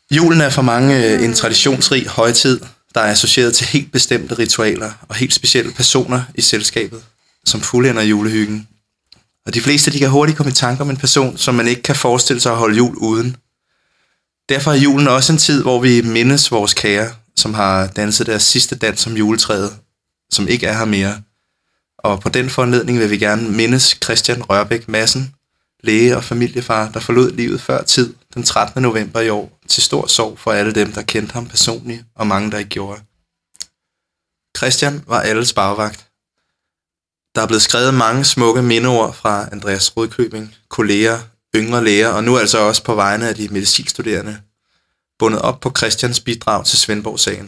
Julen er for mange en traditionsrig højtid, der er associeret til helt bestemte ritualer og helt specielle personer i selskabet, som fuldender julehyggen. Og de fleste de kan hurtigt komme i tanke om en person, som man ikke kan forestille sig at holde jul uden. Derfor er julen også en tid, hvor vi mindes vores kære, som har danset deres sidste dans om juletræet, som ikke er her mere. Og på den foranledning vil vi gerne mindes Christian Rørbæk Madsen, læge og familiefar, der forlod livet før tid den 13. november i år, til stor sorg for alle dem, der kendte ham personligt, og mange, der ikke gjorde. Christian var alles bagvagt. Der er blevet skrevet mange smukke mindeord fra Andreas Rudkøbing, kolleger, yngre læger, og nu altså også på vegne af de medicinstuderende, bundet op på Christians bidrag til Svendborg-sagen.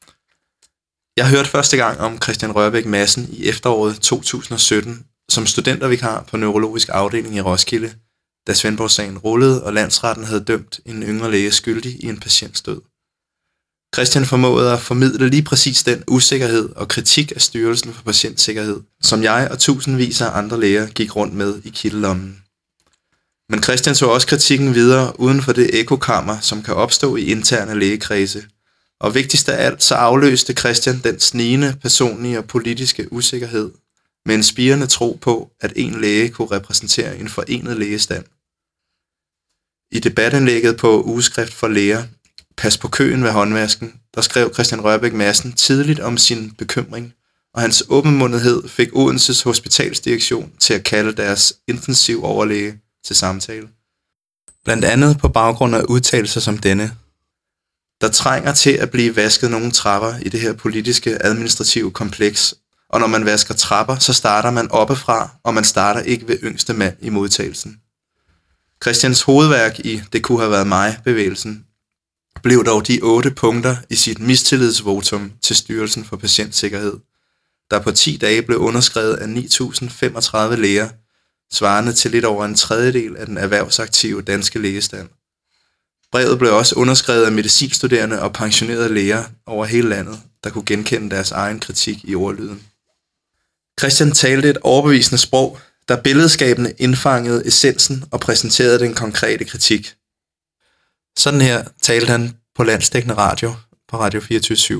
Jeg hørte første gang om Christian Rørbæk Madsen i efteråret 2017 som studentervikar på neurologisk afdeling i Roskilde, da Svendborg-sagen rullede, og landsretten havde dømt en yngre læge skyldig i en patients død. Christian formåede at formidle lige præcis den usikkerhed og kritik af Styrelsen for Patientsikkerhed, som jeg og tusindvis af andre læger gik rundt med i kittelommen. Men Christian så også kritikken videre uden for det ekokammer, som kan opstå i interne lægekredse. Og vigtigst af alt, så afløste Christian den snigende personlige og politiske usikkerhed med en spirende tro på, at en læge kunne repræsentere en forenet lægestand. I debatindlægget på Ugeskrift for Læger, Pas på køen ved håndvasken, der skrev Christian Rørbæk Madsen tidligt om sin bekymring, og hans åbenmundethed fik Odenses hospitalsdirektion til at kalde deres intensivoverlæge til samtale. Blandt andet på baggrund af udtalelser som denne. Der trænger til at blive vasket nogle trapper i det her politiske administrative kompleks, og når man vasker trapper, så starter man oppefra, og man starter ikke ved yngste mand i modtagelsen. Christians hovedværk i Det kunne have været mig-bevægelsen blev dog de 8 punkter i sit mistillidsvotum til Styrelsen for Patientsikkerhed, der på 10 dage blev underskrevet af 9.035 læger, svarende til lidt over en tredjedel af den erhvervsaktive danske lægestand. Brevet blev også underskrevet af medicinstuderende og pensionerede læger over hele landet, der kunne genkende deres egen kritik i ordlyden. Christian talte et overbevisende sprog, der billedskabende indfangede essensen og præsenterede den konkrete kritik. Sådan her talte han på landsdækkende radio på Radio 24/7.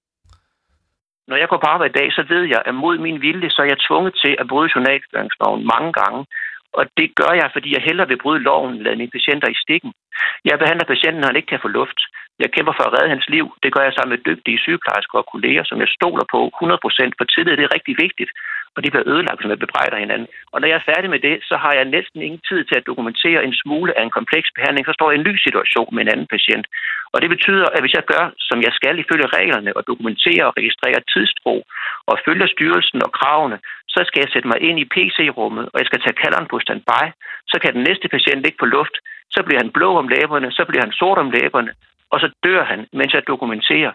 Når jeg går på arbejde i dag, så ved jeg, at mod min vilje, så er jeg tvunget til at bryde journalføringsloven mange gange. Og det gør jeg, fordi jeg hellere vil bryde loven, lade mine patienter i stikken. Jeg behandler patienten, når han ikke kan få luft. Jeg kæmper for at redde hans liv. Det gør jeg sammen med dygtige sygeplejersker og kolleger, som jeg stoler på 100%, for tillid det er rigtig vigtigt. Og de bliver ødelagt, som jeg bebrejder hinanden. Og når jeg er færdig med det, så har jeg næsten ingen tid til at dokumentere en smule af en kompleks behandling. Så står jeg i en ny situation med en anden patient. Og det betyder, at hvis jeg gør, som jeg skal ifølge reglerne, og dokumenterer og registrerer tidsbrug, og følger styrelsen og kravene, så skal jeg sætte mig ind i PC-rummet, og jeg skal tage kalderen på standby. Så kan den næste patient ikke få luft. Så bliver han blå om læberne, så bliver han sort om læberne, og så dør han, mens jeg dokumenterer.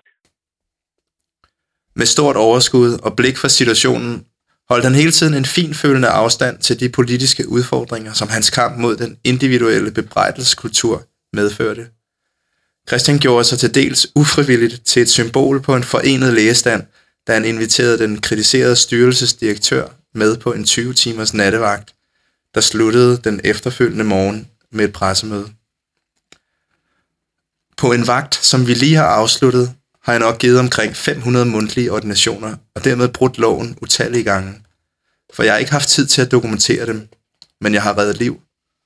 Med stort overskud og blik for situationen, holdt han hele tiden en finfølende afstand til de politiske udfordringer, som hans kamp mod den individuelle bebrejdelseskultur medførte. Christian gjorde sig til dels ufrivilligt til et symbol på en forenet lægestand, da han inviterede den kritiserede styrelsesdirektør med på en 20 timers nattevagt, der sluttede den efterfølgende morgen med et pressemøde. På en vagt, som vi lige har afsluttet, har jeg nok givet omkring 500 mundtlige ordinationer, og dermed brudt loven utallige gange. For jeg har ikke haft tid til at dokumentere dem, men jeg har reddet liv.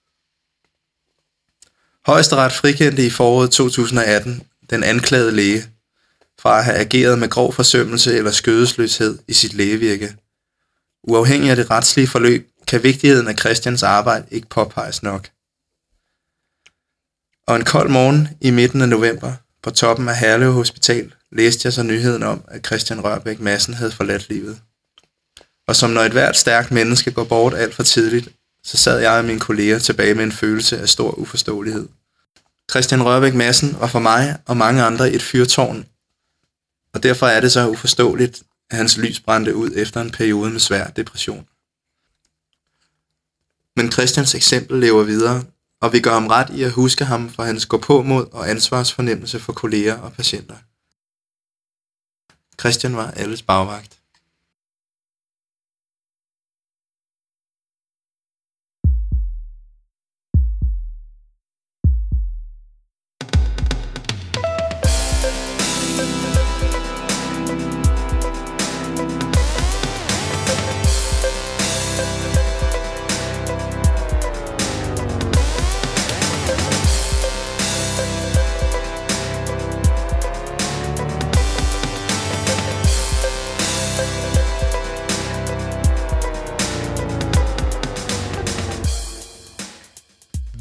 Højesteret frikendte i foråret 2018 den anklagede læge fra at have ageret med grov forsømmelse eller skødesløshed i sit lægevirke. Uafhængig af det retslige forløb, kan vigtigheden af Christians arbejde ikke påpeges nok. Og en kold morgen i midten af november, på toppen af Herlev Hospital, læste jeg så nyheden om, at Christian Rørbæk Madsen havde forladt livet. Og som når et hvert stærkt menneske går bort alt for tidligt, så sad jeg og mine kolleger tilbage med en følelse af stor uforståelighed. Christian Rørbæk Madsen var for mig og mange andre et fyrtårn, og derfor er det så uforståeligt, at hans lys brændte ud efter en periode med svær depression. Men Christians eksempel lever videre, og vi gør ham ret i at huske ham for hans gåpåmod og ansvarsfornemmelse for kolleger og patienter. Christian var alles bagvagt.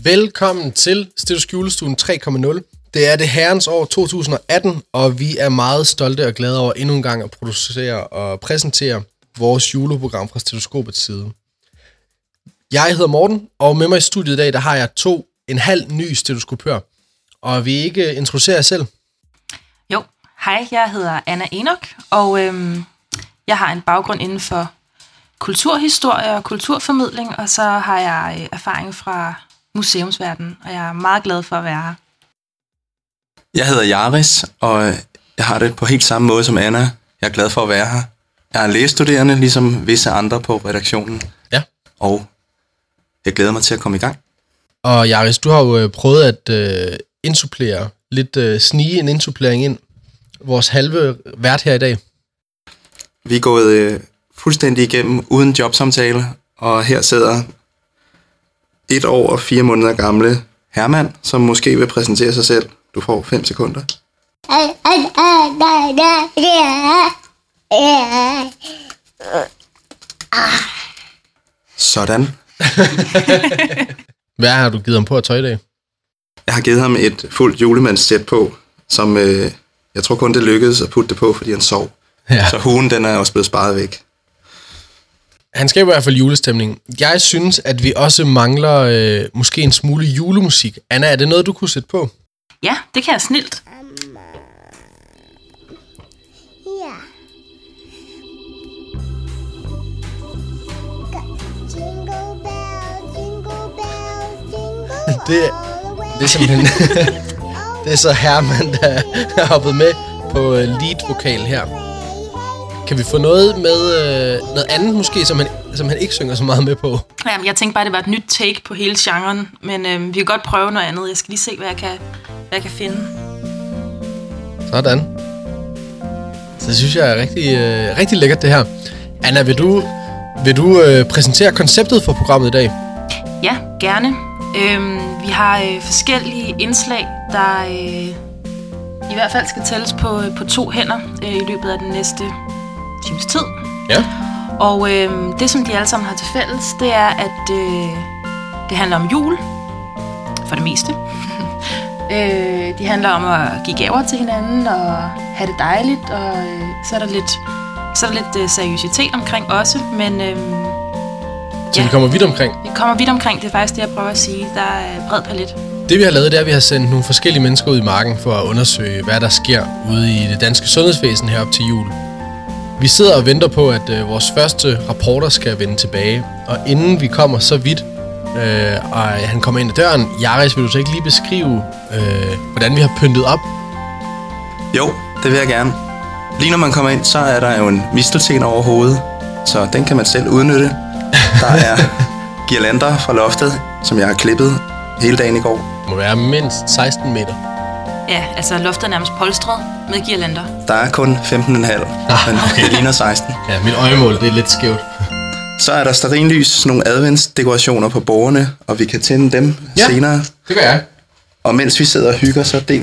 Velkommen til Status Julestuen 3.0. Det er det herrens år 2018, og vi er meget stolte og glade over endnu en gang at producere og præsentere vores juleprogram fra Stetoskopets side. Jeg hedder Morten, og med mig i studiet i dag, der har jeg 2,5 nye stetoskopør. Og vi ikke introducerer jer selv? Jo, hej, jeg hedder Anna Enoch, og jeg har en baggrund inden for kulturhistorie og kulturformidling, og så har jeg erfaring fra museumsverdenen, og jeg er meget glad for at være her. Jeg hedder Jaris, og jeg har det på helt samme måde som Anna. Jeg er glad for at være her. Jeg er lægestuderende, ligesom visse andre på redaktionen. Ja. Og jeg glæder mig til at komme i gang. Og Jaris, du har jo prøvet at indsupplere, snige en indsupplering ind. Vores halve vært her i dag. Vi er gået fuldstændig igennem uden jobsamtale, og her sidder 1 år og 4 måneder gamle Herman, som måske vil præsentere sig selv. Du får 5 sekunder. Sådan. Hvad har du givet ham på at tøj i dag? Jeg har givet ham et fuldt julemandssæt på, som jeg tror kun det lykkedes at putte det på, fordi han sov. Ja. Så hugen, den er også blevet sparet væk. Han skaber i hvert fald julestemning. Jeg synes, at vi også mangler måske en smule julemusik. Anna, er det noget, du kunne sætte på? Ja, det kan jeg snilt. Det er simpelthen... det er så Herman, der har hoppet med på lead-vokal her. Kan vi få noget med noget andet måske, som han ikke synger så meget med på? Jamen, jeg tænkte bare, det var et nyt take på hele genren, men vi kan godt prøve noget andet. Jeg skal lige se, hvad jeg kan finde. Sådan. Så det synes jeg er rigtig lækkert, det her. Anna, vil du præsentere konceptet for programmet i dag? Ja, gerne. Vi har forskellige indslag, der i hvert fald skal tælles på 2 hænder i løbet af den næste times tid. Ja. Og det, som de alle sammen har til fælles, det er, at det handler om jul, for det meste. Det handler om at give gaver til hinanden og have det dejligt, og så er der lidt seriøsitet omkring også, men... Så vi kommer vidt omkring? Vi kommer vidt omkring, det er faktisk det, jeg prøver at sige. Der er bred palet. Det vi har lavet, det er, at vi har sendt nogle forskellige mennesker ud i marken for at undersøge, hvad der sker ude i det danske sundhedsvæsen herop til jul. Vi sidder og venter på, at vores første rapporter skal vende tilbage, og inden vi kommer så vidt, og han kommer ind ad døren, Jaris, vil du så ikke lige beskrive, hvordan vi har pyntet op? Jo, det vil jeg gerne. Lige når man kommer ind, så er der jo en mistelten over hovedet, så den kan man selv udnytte. Der er girlander fra loftet, som jeg har klippet hele dagen i går. Det må være mindst 16 meter. Ja, altså loftet er nærmest polstret med girlander. Der er kun 15,5, men det ligner 16. Ja, mit øjemål, det er lidt skævt. Så er der stearinlys, nogle adventsdekorationer på bordene, og vi kan tænde dem senere. Det gør jeg. Og mens vi sidder og hygger,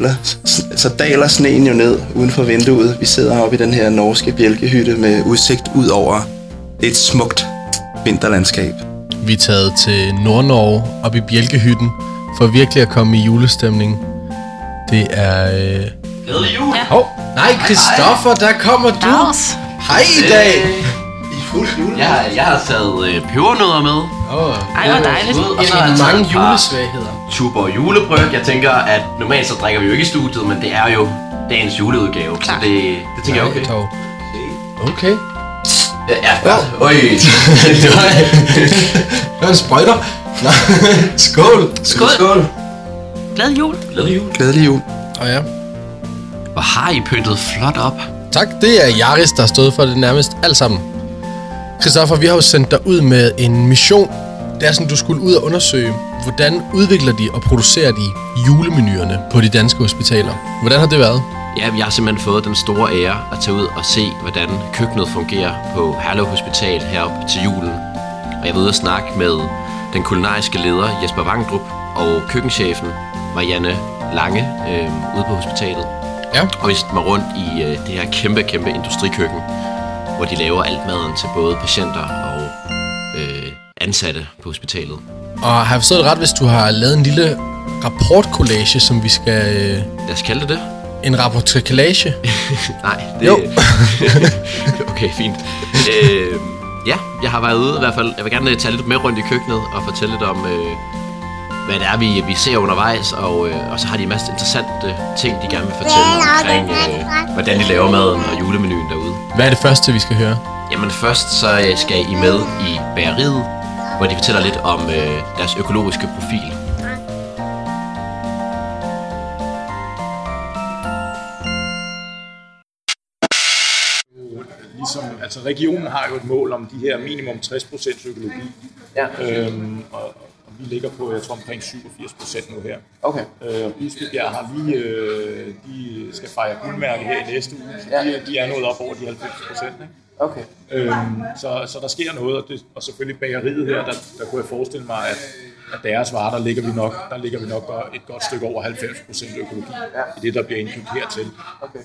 så daler sneen jo ned uden for vinduet. Vi sidder oppe i den her norske bjælkehytte med udsigt ud over et smukt vinterlandskab. Vi er taget til Nord-Norge op i Bjælkehytten for virkelig at komme i julestemning. Det er... Glædelig jul! Ja. Nej, Christoffer, der kommer du! Dags. Hej i dag! I fuld jule. Jeg har taget pebernødder med. Ej, hvor dejligt. Og så En har af jeg de mange taget et par julesvagheder. Tuborg julebryg. Jeg tænker, at normalt så drikker vi jo ikke i studiet, men det er jo dagens juleudgave. Klar. Så det tænker jeg okay. Okay. Ja, øj. Det var en sprøjter. Skål. Skål. Glædelig jul. Glædelig jul. Glædelig jul. Og ja. Hvor har I pyntet flot op? Tak, det er Jaris, der har stået for det nærmest alt sammen. Christoffer, vi har jo sendt dig ud med en mission. Det er sådan, du skulle ud og undersøge, hvordan udvikler de og producerer de julemenuerne på de danske hospitaler. Hvordan har det været? Ja, jeg har simpelthen fået den store ære at tage ud og se, hvordan køkkenet fungerer på Herlev Hospital heroppe til julen. Og jeg var ude og snakke med den kulinariske leder Jesper Vangdrup og køkkenchefen Marianne Lange ude på hospitalet. Ja. Og viste mig rundt i det her kæmpe industrikøkken, hvor de laver alt maden til både patienter og ansatte på hospitalet. Og har jeg forstået det ret, hvis du har lavet en lille rapportcollage, som vi skal... Lad os kalde det. En rapportcollage? Nej, det... Jo. Okay, fint. Ja, jeg har været ude i hvert fald. Jeg vil gerne tage lidt med rundt i køkkenet og fortælle lidt om, hvad det er, vi ser undervejs. Og så har de en masse interessante ting, de gerne vil fortælle omkring, hvordan de laver maden og julemenuen derude. Hvad er det første, vi skal høre? Jamen først så skal I med i bageriet, hvor de fortæller lidt om deres økologiske profil. Ligesom, altså regionen har jo et mål om de her minimum 60% økologi. Ja. Og vi ligger på, jeg tror, omkring 87% nu her. Okay. Og Bispebjerg har lige, de skal fejre guldmærke her i næste uge, så de er nået op over de 90%. Ikke? Okay. Så der sker noget, og selvfølgelig bageriet her, der kunne jeg forestille mig, at deres varer, der ligger vi nok et godt stykke over 90% økologi i det, der bliver indkøbt hertil. Okay.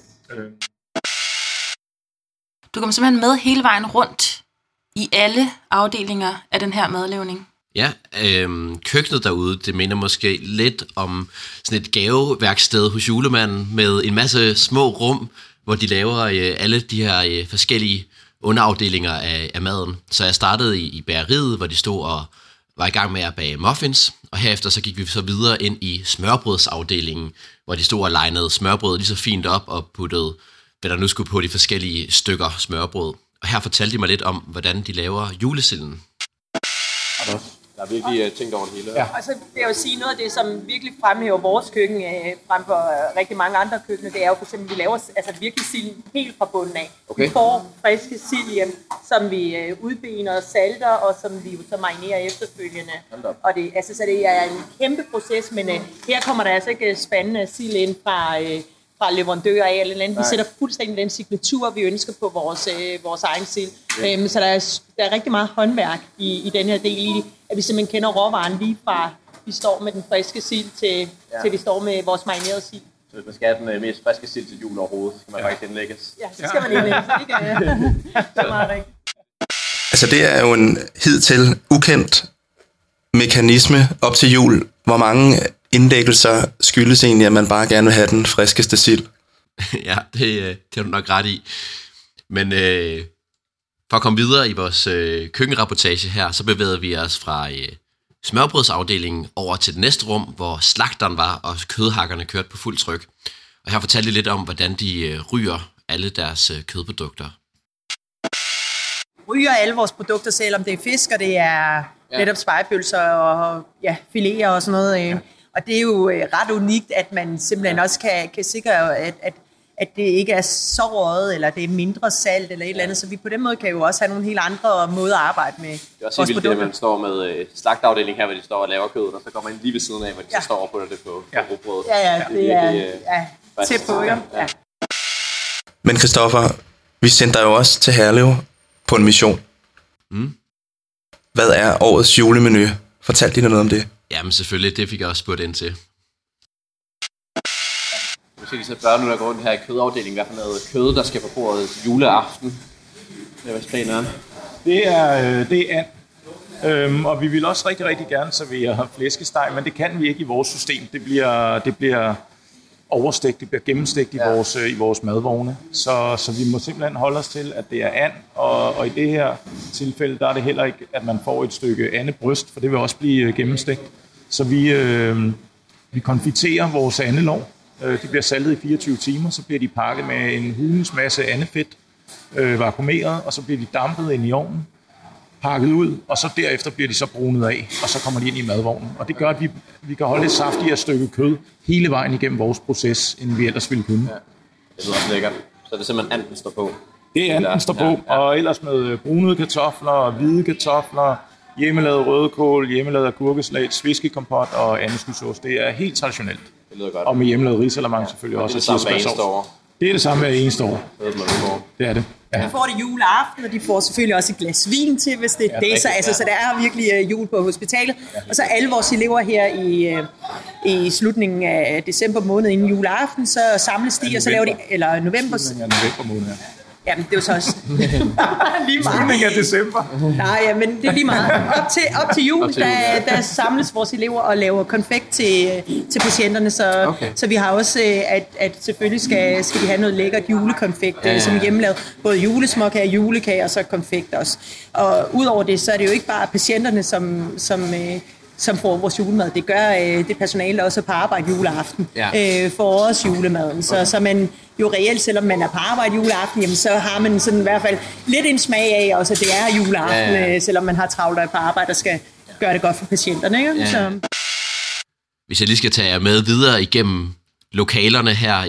Du kommer simpelthen med hele vejen rundt i alle afdelinger af den her madlavning. Ja, køkkenet derude, det minder måske lidt om sådan et gaveværksted hos julemanden med en masse små rum, hvor de laver alle de her forskellige underafdelinger af maden. Så jeg startede i bageriet, hvor de stod og var i gang med at bage muffins, og herefter så gik vi så videre ind i smørbrødsafdelingen, hvor de stod og legnede smørbrød lige så fint op og puttede, hvad der nu skulle på de forskellige stykker smørbrød. Og her fortalte de mig lidt om, hvordan de laver julesilden. Der er virkelig tænkt over det hele. Ja. Og så vil jeg jo sige, noget af det, som virkelig fremhæver vores køkken frem for rigtig mange andre køkkener, det er jo for eksempel, at vi laver virkelig silden helt fra bunden af. Okay. Vi får friske sild hjem, som vi udbener og salter, og som vi jo så marinerer efterfølgende. Og det, altså, så det er en kæmpe proces, men her kommer der altså ikke spændende sild ind fra leverandører af eller andet. Vi sætter fuldstændig den signatur, vi ønsker på vores egen sild. Så der er rigtig meget håndværk i den her del i, at vi simpelthen kender råvaren lige fra, vi står med den friske sild til vi står med vores marinerede sild. Så hvis man skal have den mest friske sild til jul overhovedet, så skal man faktisk indlægges. Ja, så skal man indlægges. Det er meget rigtigt. Altså det er jo en hidtil ukendt mekanisme op til jul. Hvor mange indlæggelser skyldes egentlig, at man bare gerne vil have den friskeste sild? Ja, det er du nok ret i. Men for at komme videre i vores køkkenrapportage her, så bevægede vi os fra smørbrødsafdelingen over til det næste rum, hvor slagteren var, og kødhakkerne kørte på fuld tryk. Og her fortalte de lidt om, hvordan de ryger alle deres kødprodukter. Ryger alle vores produkter, selvom det er fisk, og det er netop spegepølser og fileter og sådan noget. Og det er jo ret unikt, at man simpelthen også kan sikre, at det ikke er så røget, eller det er mindre salt, eller et eller andet. Så vi på den måde kan jo også have nogle helt andre måder at arbejde med vores produkter. Det er også vildt, at man står med slagteafdeling her, hvor de står og laver kødet, og så går man lige ved siden af, hvor de så står og putter det på rugbrødet. Ja, det er tæt på, ja. Men Christoffer, vi sendte dig jo også til Herlev på en mission. Hvad er årets julemenu? Fortal dig noget om det. Jamen selvfølgelig, det fik jeg også spurgt ind til. Måske så børn nu, der går rundt her i kødafdelingen, hvad for noget kød, der skal på bordet juleaften. Det er planen er. Det er and. Og vi vil også rigtig, rigtig gerne servere flæskesteg, men det kan vi ikke i vores system. Det bliver overstegt, det bliver gennemstegt i vores madvogne. Så vi må simpelthen holde os til, at det er and, og i det her tilfælde, der er det heller ikke, at man får et stykke andebryst, for det vil også blive gennemstegt. Så vi konfiterer vores andelår. De bliver saltet i 24 timer, så bliver de pakket med en hulens masse andefedt, vakuumeret, og så bliver de dampet ind i ovnen, pakket ud, og så derefter bliver de så brunet af, og så kommer de ind i madvognen. Og det gør, at vi kan holde et saftigere stykke kød hele vejen igennem vores proces, end vi ellers ville kunne. Ja. Det lyder også lækkert. Så det er simpelthen anden står på? Det er anden står på, og ellers med brunede kartofler, hvide kartofler, hjemmelavet rødkål, hjemmelavet agurkesalat, sviskekompot og andeskudsauce. Det er helt traditionelt. Det lyder godt. Og med hjemmelavet risalamande selvfølgelig også. Det er det samme hver eneste år? Det er det samme hver eneste år. Det er det. Ja. De får det juleaften, og de får selvfølgelig også et glas vin til, hvis det er det. Så der er virkelig jul på hospitalet. Og så alle vores elever her i slutningen af december måned inden juleaften, så samles de, og så laver de, eller november måned, Jamen, det er jo så også lige meget. Slutningen af december. Nej, ja, men det er lige meget. Op til jul, der samles vores elever og laver konfekt til patienterne, så vi har også, at selvfølgelig skal vi have noget lækkert julekonfekt, som er hjemmelavet. Både julesmåkager, julekager og så konfekt også. Og udover det, så er det jo ikke bare patienterne, som får vores julemad. Det gør det personale også på arbejde juleaften for os julemaden. Så man jo reelt, selvom man er på arbejde juleaften, jamen, så har man sådan i hvert fald lidt en smag af også, at det er juleaften, selvom man har travlt på arbejde og skal gøre det godt for patienterne. Ikke? Så. Hvis jeg lige skal tage jer med videre igennem lokalerne her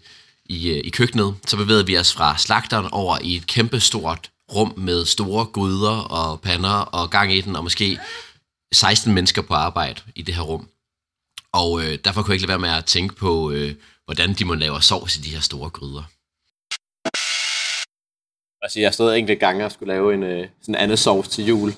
i køkkenet, så bevæger vi os fra slagteren over i et kæmpestort rum med store gryder og pander og gang i den, og måske 16 mennesker på arbejde i det her rum. Og derfor kunne jeg ikke lade være med at tænke på, hvordan de må lave sovs i de her store gryder. Altså, jeg har stået enkelte gange og skulle lave en sådan anden sovs til jul.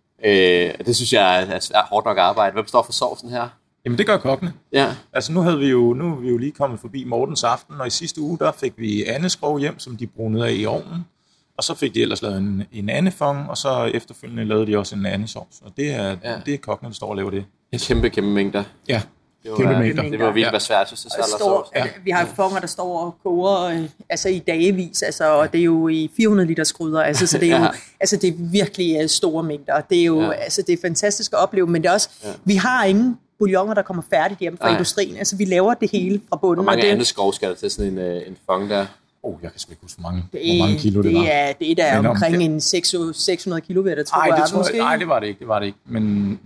Det synes jeg er svært hårdt nok arbejde. Hvem står for sovsen her? Jamen, det gør kokkene. Ja. Altså, nu er vi jo lige kommet forbi Mortens aften, og i sidste uge, der fik vi andeskrog hjem, som de brunede af i ovnen. Og så fik de ellers lavet en andefong, og så efterfølgende lavede de også en andesovs. Og det er kokkene, der står og laver det. Kæmpe mængder. Ja, kæmpe mængder. Det var virkelig svært, synes jeg. Vi har fonger, der står og koger altså i dagevis, altså, og det er jo i 400 liters gryder, altså, så det er jo altså, det er virkelig store mængder. Det er jo altså, det er fantastisk at opleve, men det er også, vi har ingen bouilloner, der kommer færdigt hjem fra industrien. Altså, vi laver det hele fra bunden. Hvor mange andeskov skal der til sådan en fong der? Jeg kan sgu ikke huske, hvor mange kilo det var. Det er der omkring en 600 kilo, ved jeg, Nej, det var det ikke. Men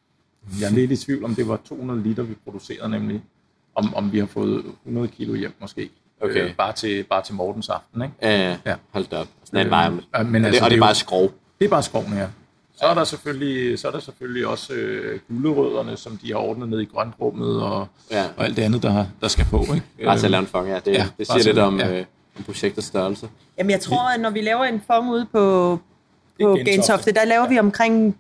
jeg er lidt i tvivl, om det var 200 liter, vi producerede nemlig. Om vi har fået 100 kilo hjem måske. Okay. Bare til Mortens aften, ikke? Ja. Hold da op. Men altså, og det er bare skrov. Det er bare skroven, ja. Så er der selvfølgelig også gulerødderne, som de har ordnet ned i grøntrummet og alt det andet, der skal på, ikke? Bare til at lave en fong, det siger lidt om projektets størrelse. Jamen, jeg tror, at når vi laver en fong ude på Gentofte, der laver vi omkring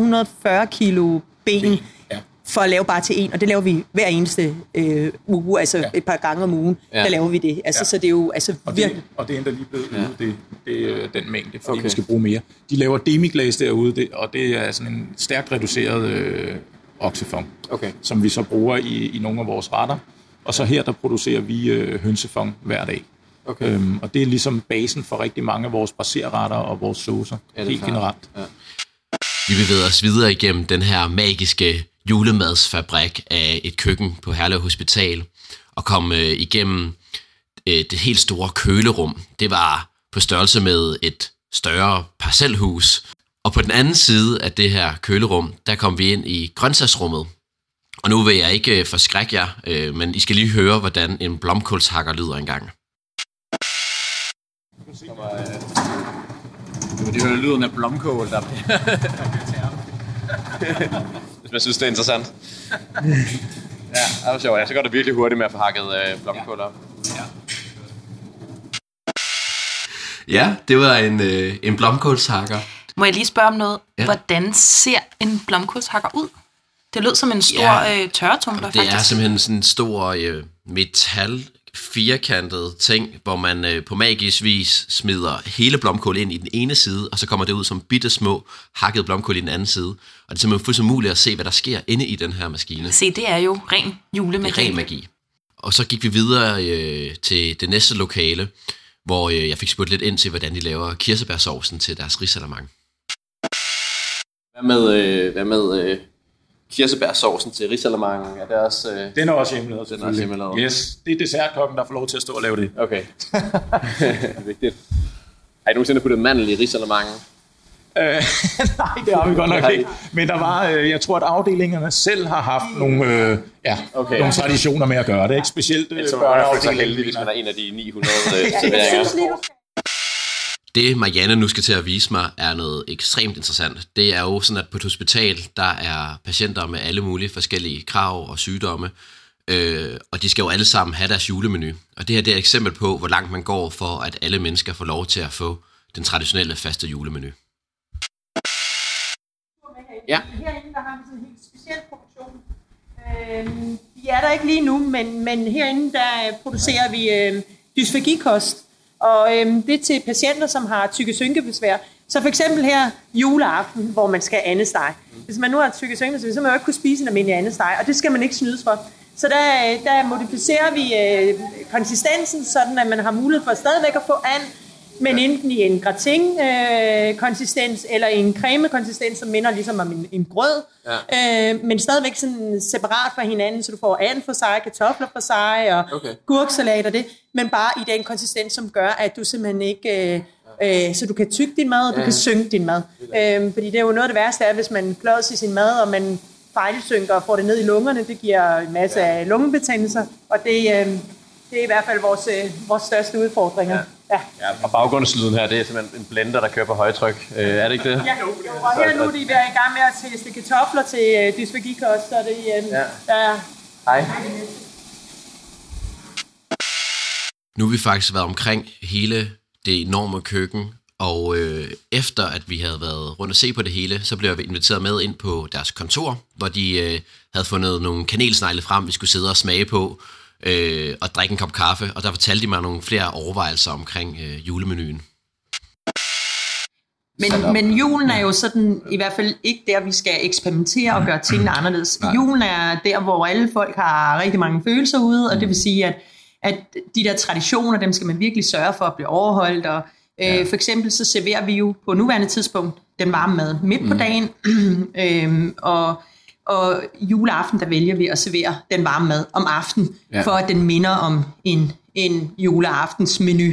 240 kilo ben for at lave bare til en, og det laver vi hver eneste uge, altså et par gange om ugen, der laver vi det. Altså, så det er jo altså virkelig... Og det er endda lige blevet ude, det den mængde, fordi vi skal bruge mere. De laver demiglas derude, og det er sådan en stærkt reduceret oksefong, som vi så bruger i nogle af vores retter. Og så her, der producerer vi hønsefong hver dag. Okay. Og det er ligesom basen for rigtig mange af vores braserretter og vores saucer, helt generelt. Ja. Vi bevæger os videre igennem den her magiske julemadsfabrik af et køkken på Herlev Hospital og kom igennem det helt store kølerum. Det var på størrelse med et større parcelhus. Og på den anden side af det her kølerum, der kom vi ind i grøntsagsrummet. Og nu vil jeg ikke forskrække jer, men I skal lige høre, hvordan en blomkålshakker lyder engang. Det er lyden af blomkål, der hvis man synes, det er interessant. Det var sjovt. Så går det virkelig hurtigt med at få hakket blomkål op. Ja, det var en blomkålshakker. Må jeg lige spørge om noget? Ja. Hvordan ser en blomkålshakker ud? Det lød som en stor tørretumbler, faktisk. Det er simpelthen sådan en stor metal firkantet ting, hvor man på magisk vis smider hele blomkål ind i den ene side, og så kommer det ud som bitte små hakket blomkål i den anden side. Og det er simpelthen fuldstændig muligt at se, hvad der sker inde i den her maskine. Se, det er jo ren julemagi. Det er ren magi. Og så gik vi videre til det næste lokale, hvor jeg fik spurgt lidt ind til, hvordan de laver kirsebærsovsen til deres risalamande. Hvad med kirsebærsovsen til risalamanden? Er det også... Den er også hjemmelavet. Yes, det er dessertkokken, der får lov til at stå og lave det. Okay. Vigtigt. Har I nogensinde puttet mandel i risalamanden? Nej, det har vi godt nok ikke. Men der var, jeg tror, at afdelingerne selv har haft nogle traditioner med at gøre det. Ikke? Specielt børneafdelingen. Hvis man er en af de 900 serveringer. Det Marianne nu skal til at vise mig er noget ekstremt interessant. Det er jo sådan, at på et hospital, der er patienter med alle mulige forskellige krav og sygdomme, og de skal jo alle sammen have deres julemenu. Og det her det er et eksempel på, hvor langt man går for, at alle mennesker får lov til at få den traditionelle faste julemenu. Ja. Herinde der har vi sådan en helt speciel produktion. Vi er der ikke lige nu, men herinde der producerer vi dysfagikost, Og det er til patienter, som har tykke-synkebesvær. Så for eksempel her juleaften, hvor man skal andesteg. Hvis man nu har tykke-synkebesvær, så må man jo ikke kunne spise en almindelig andesteg, og det skal man ikke snydes for. Så der modificerer vi konsistensen, sådan at man har mulighed for stadigvæk at få and, men enten i en gratin-konsistens eller i en creme-konsistens, som minder ligesom om en grød, men stadigvæk sådan separat fra hinanden, så du får and for sig, kartofler for sig og gurksalat og det, men bare i den konsistens, som gør, at du simpelthen ikke... så du kan tygge din mad, og du kan synke din mad. Fordi det er jo noget af det værste, er, hvis man klodser i sin mad, og man fejlsynker og får det ned i lungerne. Det giver en masse af lungebetændelser, og det er i hvert fald vores største udfordringer. Ja. Og baggrundslyden her, det er simpelthen en blender, der kører på højtryk. Er det ikke det? Ja, og her nu er de i gang med at teste kartofler til dysfagikost, så det Hej. Nu har vi faktisk været omkring hele det enorme køkken, og efter at vi havde været rundt og se på det hele, så blev vi inviteret med ind på deres kontor, hvor de havde fundet nogle kanelsnegle frem, vi skulle sidde og smage på, og drikke en kop kaffe, og der fortalte de mig nogle flere overvejelser omkring julemenuen. Men julen er jo sådan, i hvert fald ikke der, vi skal eksperimentere og gøre tingene anderledes. Julen er der, hvor alle folk har rigtig mange følelser ude, og det vil sige, at de der traditioner, dem skal man virkelig sørge for at blive overholdt, og for eksempel så serverer vi jo på nuværende tidspunkt den varme mad midt på dagen, og juleaften, der vælger vi at servere den varme mad om aftenen, for at den minder om en juleaftensmenu.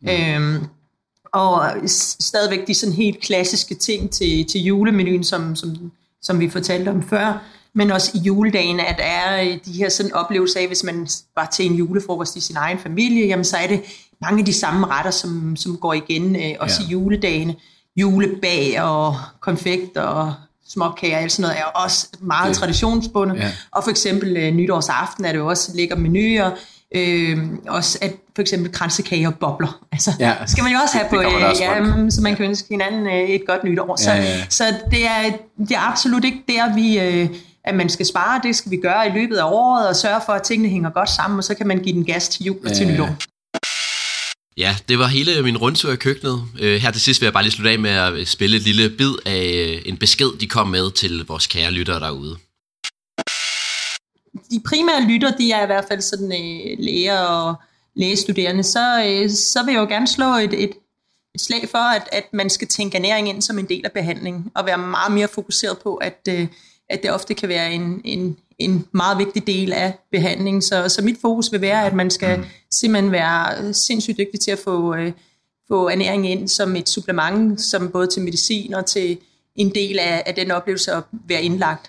Og stadigvæk de sådan helt klassiske ting til julemenuen, som vi fortalte om før, men også i juledagen, at der er de her sådan oplevelser af, hvis man var til en julefrokost i sin egen familie, jamen så er det mange af de samme retter, som går igen også i juledagene. Julebag og konfekt og småkager og sådan noget er også meget traditionsbundet. Ja. Og for eksempel nytårsaften er det jo også lækker menuer. Også at for eksempel kransekager og bobler. Altså, skal man jo også have på, så man kan ønske hinanden et godt nytår. Så det er absolut ikke der, at man skal spare. Det skal vi gøre i løbet af året og sørge for, at tingene hænger godt sammen, og så kan man give den gas til jul og til nytår. Ja, det var hele min rundtur i køkkenet. Her til sidst vil jeg bare lige slutte af med at spille et lille bid af en besked, de kom med til vores kære lyttere derude. De primære lytter, de er i hvert fald sådan læger og lægestuderende, så vil jeg jo gerne slå et slag for, at man skal tænke ernæring ind som en del af behandlingen, og være meget mere fokuseret på, at det ofte kan være en meget vigtig del af behandlingen. Så mit fokus vil være, at man skal simpelthen være sindssygt dygtig til at få ernæring ind som et supplement, som både til medicin og til en del af den oplevelse at være indlagt.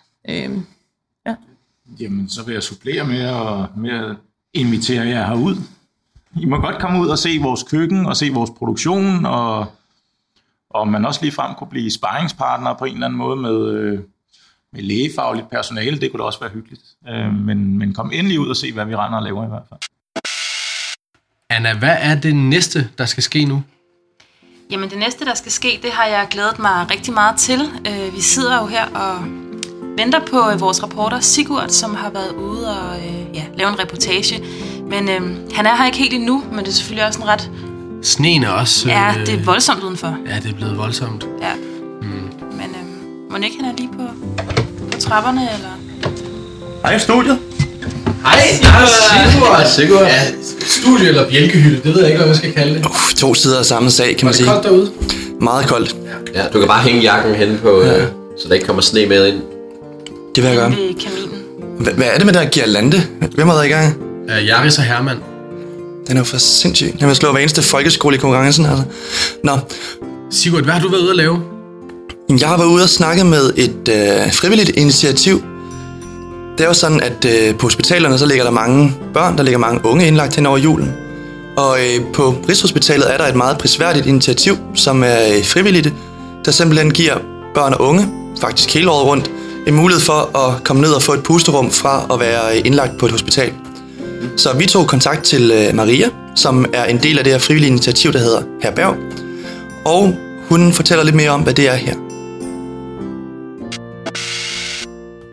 Jamen, så vil jeg supplere med at invitere jer herud. I må godt komme ud og se vores køkken og se vores produktion, og man også ligefrem kunne blive sparringspartner på en eller anden måde med lægefagligt personale. Det kunne da også være hyggeligt. Men kom endelig ud og se, hvad vi render og laver i hvert fald. Anna, hvad er det næste, der skal ske nu? Jamen det næste, der skal ske, det har jeg glædet mig rigtig meget til. Vi sidder jo her og venter på vores reporter Sigurd, som har været ude og lave en reportage. Men han er her ikke helt endnu, men det er selvfølgelig også en ret... Sneen er også... Ja, det er voldsomt udenfor. Ja, det er blevet voldsomt. Ja. Men må ikke han er lige på trapperne, eller... Hej, studiet. Hej, Sigurd. Ja, studie eller bjælkehytte, det ved jeg ikke, hvad man skal kalde det. 2 sider af samme sag, kan man sige. Var det koldt derude? Meget koldt. Ja, du kan bare hænge jakken hen på, så der ikke kommer sne med ind. Det vil jeg gøre. Ved kaminen. Hvad er det med der girlande? Hvem har været i gang? Jaris og Hermann. Den er jo for sindssyg. Jeg vil slå hver eneste folkeskole i konkurrencen, altså. Nå. Sigurd, hvad har du været ude at lave? Jeg har været ude og snakke med et frivilligt initiativ. Det er jo sådan, at på hospitalerne, så ligger der mange børn, der ligger mange unge indlagt hen over julen. Og på Rigshospitalet er der et meget prisværdigt initiativ, som er frivilligt, der simpelthen giver børn og unge, faktisk hele året rundt, en mulighed for at komme ned og få et pusterum fra at være indlagt på et hospital. Så vi tog kontakt til Maria, som er en del af det her frivillige initiativ, der hedder Herberg. Og hun fortæller lidt mere om, hvad det er her.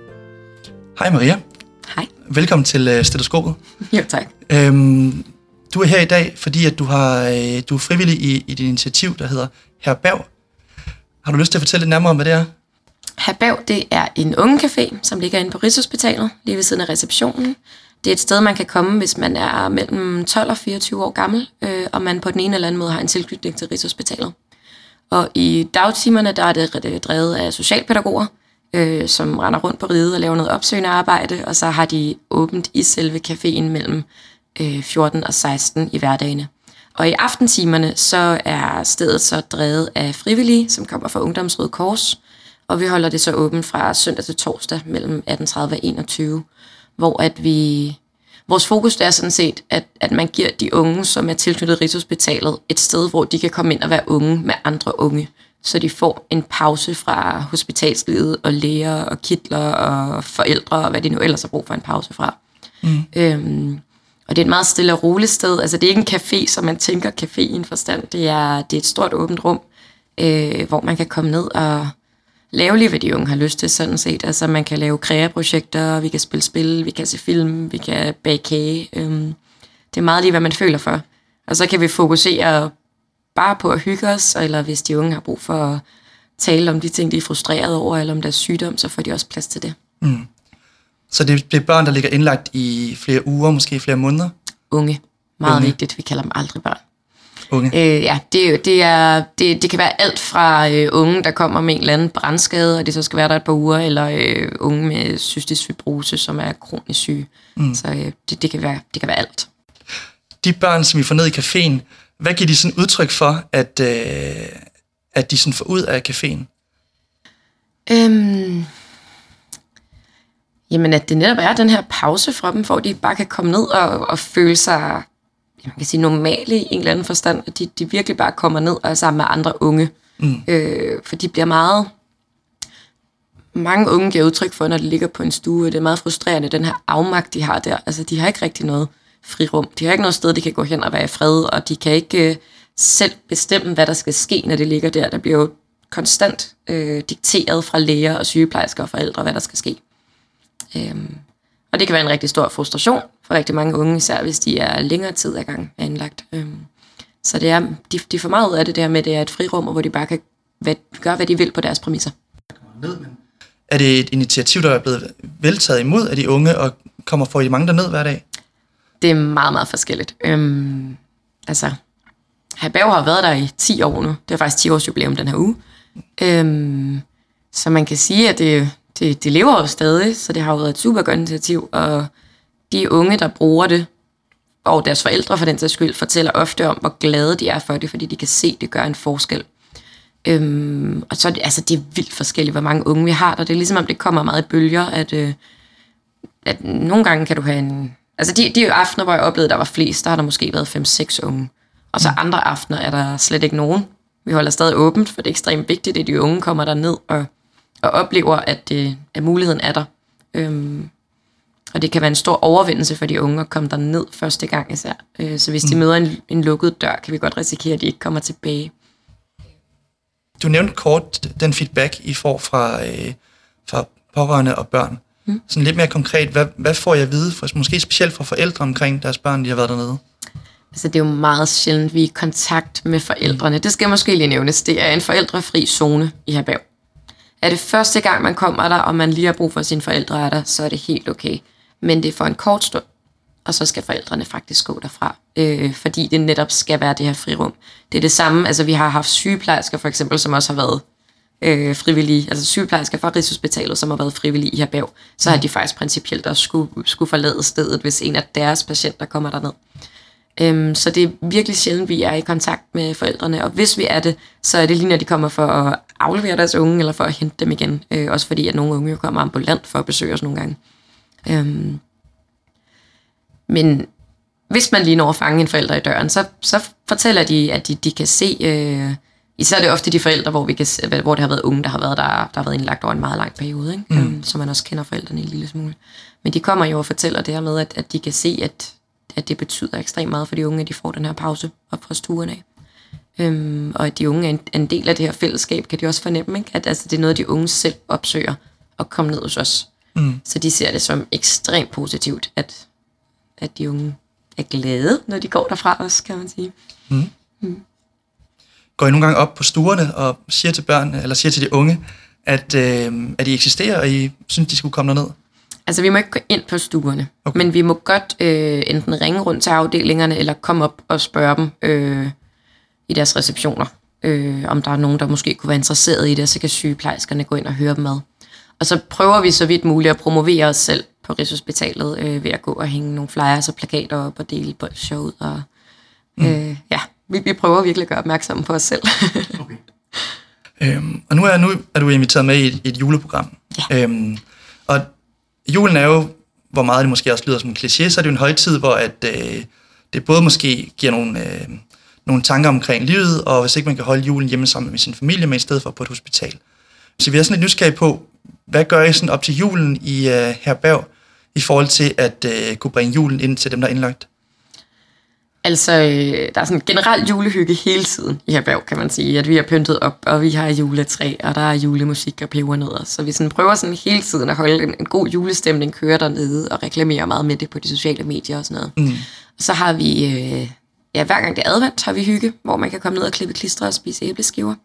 Hej Maria. Hej. Velkommen til Stetoskopet. Jo, tak. Du er her i dag, fordi at du er frivillig i dit initiativ, der hedder Herberg. Har du lyst til at fortælle lidt nærmere om, hvad det er? Herberg, det er en ungecafé, som ligger inde på Rigshospitalet, lige ved siden af receptionen. Det er et sted, man kan komme, hvis man er mellem 12 og 24 år gammel, og man på den ene eller anden måde har en tilknytning til Rigshospitalet. Og i dagtimerne, der er det drevet af socialpædagoger, som render rundt på riget og laver noget opsøgende arbejde, og så har de åbent i selve caféen mellem 14 og 16 i hverdagene. Og i aftentimerne, så er stedet så drevet af frivillige, som kommer fra Ungdommens Røde Kors, og vi holder det så åbent fra søndag til torsdag mellem 18.30 og 21, hvor vores fokus er sådan set, at man giver de unge, som er tilknyttet Rigshospitalet, et sted, hvor de kan komme ind og være unge med andre unge, så de får en pause fra hospitalslivet og læger og kitler og forældre og hvad de nu ellers har brug for en pause fra. Og det er et meget stille og roligt sted. Altså det er ikke en café, som man tænker café i en forstand. Det er et stort åbent rum, hvor man kan komme ned og lave lige, hvad de unge har lyst til, sådan set. Altså man kan lave kreaprojekter, vi kan spille spil, vi kan se film, vi kan bage kage. Det er meget lige, hvad man føler for. Og så kan vi fokusere bare på at hygge os, eller hvis de unge har brug for at tale om de ting, de er frustreret over, eller om deres sygdom, så får de også plads til det. Så det er børn, der ligger indlagt i flere uger, måske flere måneder? Unge. Meget vigtigt. Vi kalder dem aldrig børn. Unge. Det kan være alt fra unge, der kommer med en eller anden brandskade, og det så skal være der et par uger, eller unge med cystisk fibrose, som er kronisk syge. Så det kan være alt. De børn, som vi får ned i caféen, hvad giver de sådan udtryk for, at de sådan får ud af caféen? Jamen, at det netop er den her pause fra dem, hvor de bare kan komme ned og føle sig, man kan sige, normale i en eller anden forstand, at de virkelig bare kommer ned og er sammen med andre unge. For de bliver meget... Mange unge giver udtryk for, når de ligger på en stue, det er meget frustrerende, den her afmagt, de har der. Altså, de har ikke rigtig noget frirum. De har ikke noget sted, de kan gå hen og være i fred, og de kan ikke selv bestemme, hvad der skal ske, når de ligger der. Der bliver jo konstant dikteret fra læger og sygeplejersker og forældre, hvad der skal ske. Og det kan være en rigtig stor frustration for rigtig mange unge, især hvis de er længere tid ad gang anlagt. Så det er, de får meget ud af det der med, at det er et frirum, hvor de bare kan gøre, hvad de vil på deres præmisser. Er det et initiativ, der er blevet veltaget imod af de unge, og får I mange derned hver dag? Det er meget, meget forskelligt. Herberg har været der i 10 år nu. Det er faktisk 10 års jubilæum den her uge. Så man kan sige, at det lever jo stadig, så det har jo været et super godt initiativ, og de unge, der bruger det, og deres forældre for den sags skyld, fortæller ofte om, hvor glade de er for det, fordi de kan se, at det gør en forskel. Og så det er vildt forskelligt, hvor mange unge vi har der. Det er ligesom, om det kommer meget i bølger, at nogle gange kan du have en... Altså de aftener, hvor jeg oplevede, der var flest, der har der måske været 5-6 unge. Og så andre aftener er der slet ikke nogen. Vi holder stadig åbent, for det er ekstremt vigtigt, at de unge kommer der ned og oplever, at muligheden er der. Og det kan være en stor overvindelse for de unge at komme der ned første gang især. Så hvis de møder en lukket dør, kan vi godt risikere, at de ikke kommer tilbage. Du nævnte kort den feedback, I får fra pårørende og børn. Sådan lidt mere konkret, hvad får jeg at vide, måske specielt fra forældre omkring deres børn, de har været dernede? Altså det er jo meget sjældent, vi er i kontakt med forældrene. Det skal måske lige nævnes. Det er en forældrefri zone i Herberg. Er det første gang, man kommer der, og man lige har brug for sine forældre er der, så er det helt okay. Men det er for en kort stund, og så skal forældrene faktisk gå derfra. Fordi det netop skal være det her frirum. Det er det samme, altså vi har haft sygeplejersker for eksempel, som også har været frivillige, altså sygeplejersker fra Rigshospitalet, som har været frivillige i Herberg, så har de faktisk principielt også skulle forlade stedet, hvis en af deres patienter kommer derned. Så det er virkelig sjældent, vi er i kontakt med forældrene, og hvis vi er det, så er det lige når de kommer for at aflevere deres unge, eller for at hente dem igen. Også fordi, at nogle unge jo kommer ambulant for at besøge os nogle gange. Men hvis man lige når at fange en forælder i døren, så fortæller de, at de kan se... Især er det ofte de forældre, hvor det har været unge, der har været indlagt over en meget lang periode, ikke? Så man også kender forældrene en lille smule. Men de kommer jo og fortæller det her med, at de kan se, at det betyder ekstremt meget for de unge, at de får den her pause op fra stuen af. Og at de unge er en del af det her fællesskab, kan de også fornemme, ikke? At altså, det er noget, de unge selv opsøger at komme ned hos os. Så de ser det som ekstremt positivt, at de unge er glade, når de går derfra også, kan man sige. Går I nogle gange op på stuerne og siger til børn, eller siger til de unge, at de eksisterer, og I synes, de skulle komme derned? Altså, vi må ikke gå ind på stuerne, men vi må godt enten ringe rundt til afdelingerne, eller komme op og spørge dem i deres receptioner, om der er nogen, der måske kunne være interesseret i det, så kan sygeplejerskerne gå ind og høre dem ad. Og så prøver vi så vidt muligt at promovere os selv på Rigshospitalet ved at gå og hænge nogle flyers og plakater op og dele bolshow ud. Og, vi prøver virkelig at gøre opmærksomme på os selv. Okay. Og nu er du inviteret med i et juleprogram. Ja. Og julen er jo, hvor meget det måske også lyder som en kliché, så er det jo en højtid, hvor det både måske giver nogle tanker omkring livet, og hvis ikke man kan holde julen hjemme sammen med sin familie, men i stedet for på et hospital. Så vi er sådan lidt nysgerrige på, hvad gør I sådan op til julen i Herberg, i forhold til at kunne bringe julen ind til dem, der er indlagt? Altså, der er sådan en generel julehygge hele tiden i Herberg, kan man sige. At vi har pyntet op, og vi har juletræ, og der er julemusik og pebernødder. Så vi sådan prøver sådan hele tiden at holde en god julestemning, køre dernede og reklamere meget med det på de sociale medier og sådan noget. Og så har vi, hver gang det er advent, har vi hygge, hvor man kan komme ned og klippe klister og spise æbleskiver.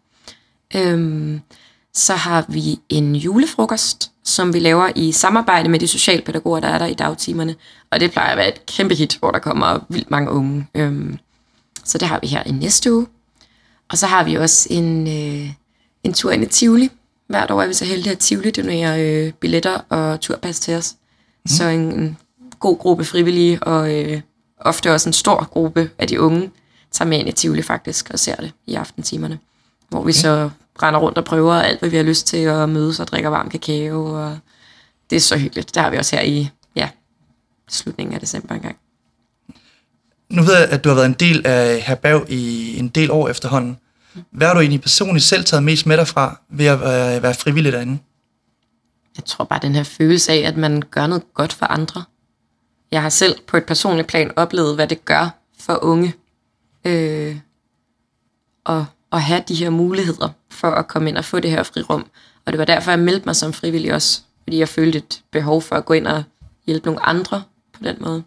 Så har vi en julefrokost, som vi laver i samarbejde med de socialpædagoger, der er der i dagtimerne. Og det plejer at være et kæmpe hit, hvor der kommer vildt mange unge. Så det har vi her i næste uge. Og så har vi også en tur ind i Tivoli. Hvert år er vi så heldige, at Tivoli donerer billetter og turpas til os. Så en god gruppe frivillige, og ofte også en stor gruppe af de unge, tager med ind i Tivoli faktisk og ser det i aftentimerne. Hvor vi så render rundt og prøver alt, hvad vi har lyst til, at mødes og drikker varm kakao, og det er så hyggeligt. Det har vi også her i slutningen af december engang. Nu ved jeg, at du har været en del af Herberg i en del år efterhånden. Hvad har du egentlig personligt selv taget mest med dig fra ved at være frivillig derinde? Jeg tror bare, den her følelse af, at man gør noget godt for andre. Jeg har selv på et personligt plan oplevet, hvad det gør for unge at have de her muligheder for at komme ind og få det her frirum. Og det var derfor, jeg meldte mig som frivillig også, fordi jeg følte et behov for at gå ind og hjælpe nogle andre på den måde.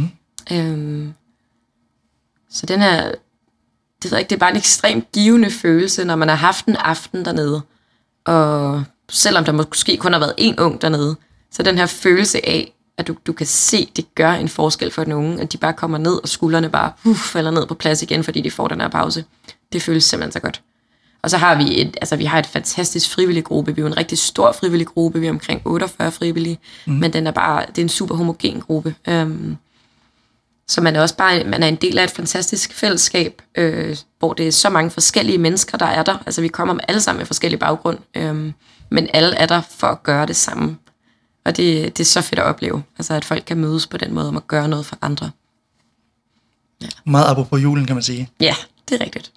Så den her, det er bare en ekstremt givende følelse, når man har haft en aften dernede, og selvom der måske kun har været én ung dernede, så den her følelse af, at du kan se, det gør en forskel for den unge, at de bare kommer ned, og skuldrene bare falder ned på plads igen, fordi de får den her pause. Det føles simpelthen så godt. Og så har vi har et fantastisk frivillig gruppe. Vi er jo en rigtig stor frivillig gruppe. Vi er omkring 48 frivillige. Men det er en super homogen gruppe. Så man er en del af et fantastisk fællesskab, hvor det er så mange forskellige mennesker, der er der. Altså vi kommer alle sammen med forskellige baggrund. Men alle er der for at gøre det samme. Og det er så fedt at opleve. Altså at folk kan mødes på den måde om at gøre noget for andre. Ja. Meget apropos julen, kan man sige. Ja, det er rigtigt.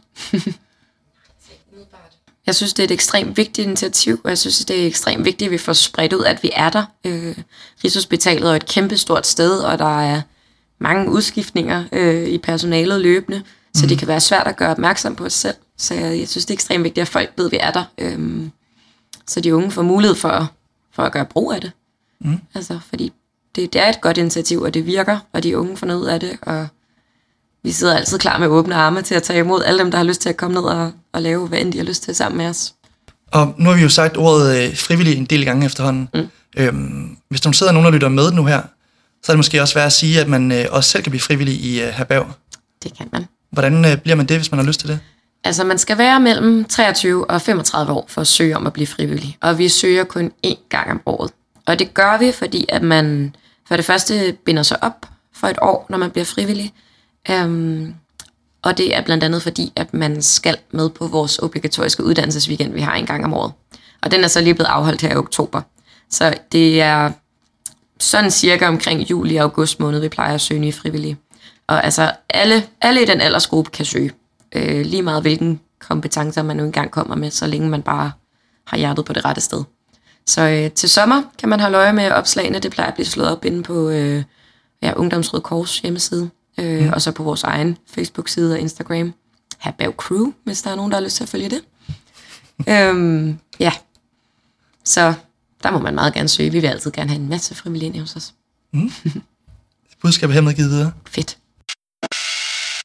Jeg synes, det er et ekstremt vigtigt initiativ, og jeg synes, det er ekstremt vigtigt, at vi får spredt ud, at vi er der. Rigshospitalet er et kæmpestort sted, og der er mange udskiftninger i personalet løbende, så det kan være svært at gøre opmærksom på os selv. Så jeg synes, det er ekstremt vigtigt, at folk ved, at vi er der, så de unge får mulighed for at gøre brug af det. Altså, fordi det er et godt initiativ, og det virker, og de unge får noget ud af det, og vi sidder altid klar med åbne arme til at tage imod alle dem, der har lyst til at komme ned og lave, hvad end de har lyst til sammen med os. Og nu har vi jo sagt ordet frivillig en del gange efterhånden. Hvis der sidder nogen, der lytter med nu her, så er det måske også værd at sige, at man også selv kan blive frivillig i Herberg. Det kan man. Hvordan bliver man det, hvis man har lyst til det? Altså, man skal være mellem 23 og 35 år for at søge om at blive frivillig. Og vi søger kun 1 gang om året. Og det gør vi, fordi at man for det første binder sig op for 1 år, når man bliver frivillig. Og det er blandt andet fordi, at man skal med på vores obligatoriske uddannelsesweekend, vi har 1 gang om året. Og den er så lige blevet afholdt her i oktober. Så det er sådan cirka omkring juli og august måned, vi plejer at søge nye frivillige. Og altså alle i den aldersgruppe kan søge. Lige meget hvilken kompetencer man nu engang kommer med, så længe man bare har hjertet på det rette sted. Så til sommer kan man holde øje med opslagene. Det plejer at blive slået op inde på Ungdomsrøde Kors hjemmeside. Og så på vores egen Facebook-side og Instagram. Herberg Crew, hvis der er nogen, der har lyst til at følge det. Så der må man meget gerne søge. Vi vil altid gerne have en masse frivillige ind hos os. Budskabet hermed givet videre. Fedt.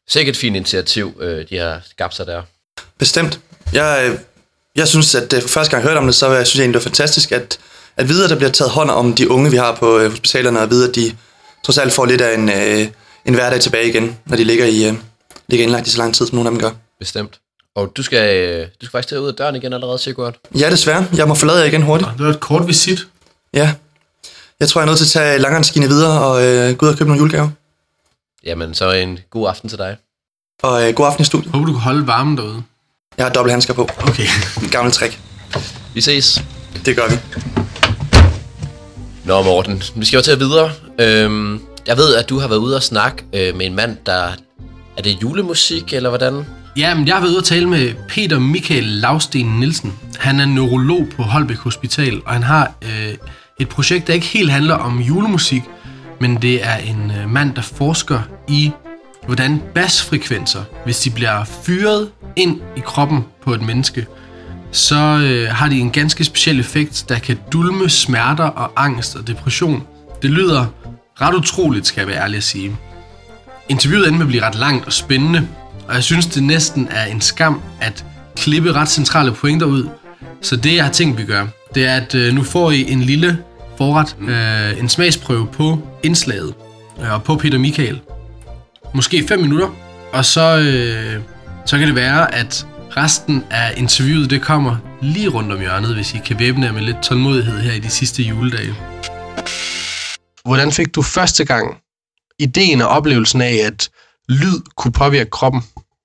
Sikkert et fint initiativ, de har skabt sig der. Bestemt. Jeg synes, at første gang jeg hørte om det, så synes jeg egentlig, det var fantastisk, at vide, at der bliver taget hånd om de unge, vi har på hospitalerne, og vide, at de trods alt får lidt af en hverdag tilbage igen, når de ligger indlagt i så lang tid, som nogle af dem gør. Bestemt. Og du skal faktisk tage ud af døren igen allerede, Sigurd. Ja, desværre. Jeg må forlade jer igen hurtigt. Det var et kort visit. Ja. Jeg tror, jeg er nødt til at tage langrendsskiene videre og gå ud og købe nogle julegaver. Jamen, så en god aften til dig. Og god aften i studiet. Håber, du kan holde varmen derude. Jeg har dobbelthandsker på. Okay. En gammel trick. Vi ses. Det gør vi. Nå, Morten, vi skal jo til at videre. Jeg ved, at du har været ude og snakke med en mand, der... Er det julemusik, eller hvordan? Ja, men jeg har været ude og tale med Peter Michael Lausten Nielsen. Han er neurolog på Holbæk Hospital, og han har et projekt, der ikke helt handler om julemusik, men det er en mand, der forsker i, hvordan basfrekvenser, hvis de bliver fyret ind i kroppen på et menneske, så har de en ganske speciel effekt, der kan dulme smerter og angst og depression. Det lyder ret utroligt, skal jeg være ærlig at sige. Interviewet ender med at blive ret langt og spændende, og jeg synes, det næsten er en skam at klippe ret centrale pointer ud. Så det, jeg har tænkt, vi gør, det er, at nu får I en lille forret, en smagsprøve på indslaget og på Peter Michael. Måske 5 minutter, og så kan det være, at resten af interviewet, det kommer lige rundt om hjørnet, hvis I kan væbne jer med lidt tålmodighed her i de sidste juledage. Hvordan fik du første gang ideen og oplevelsen af, at lyd kunne påvirke kroppen?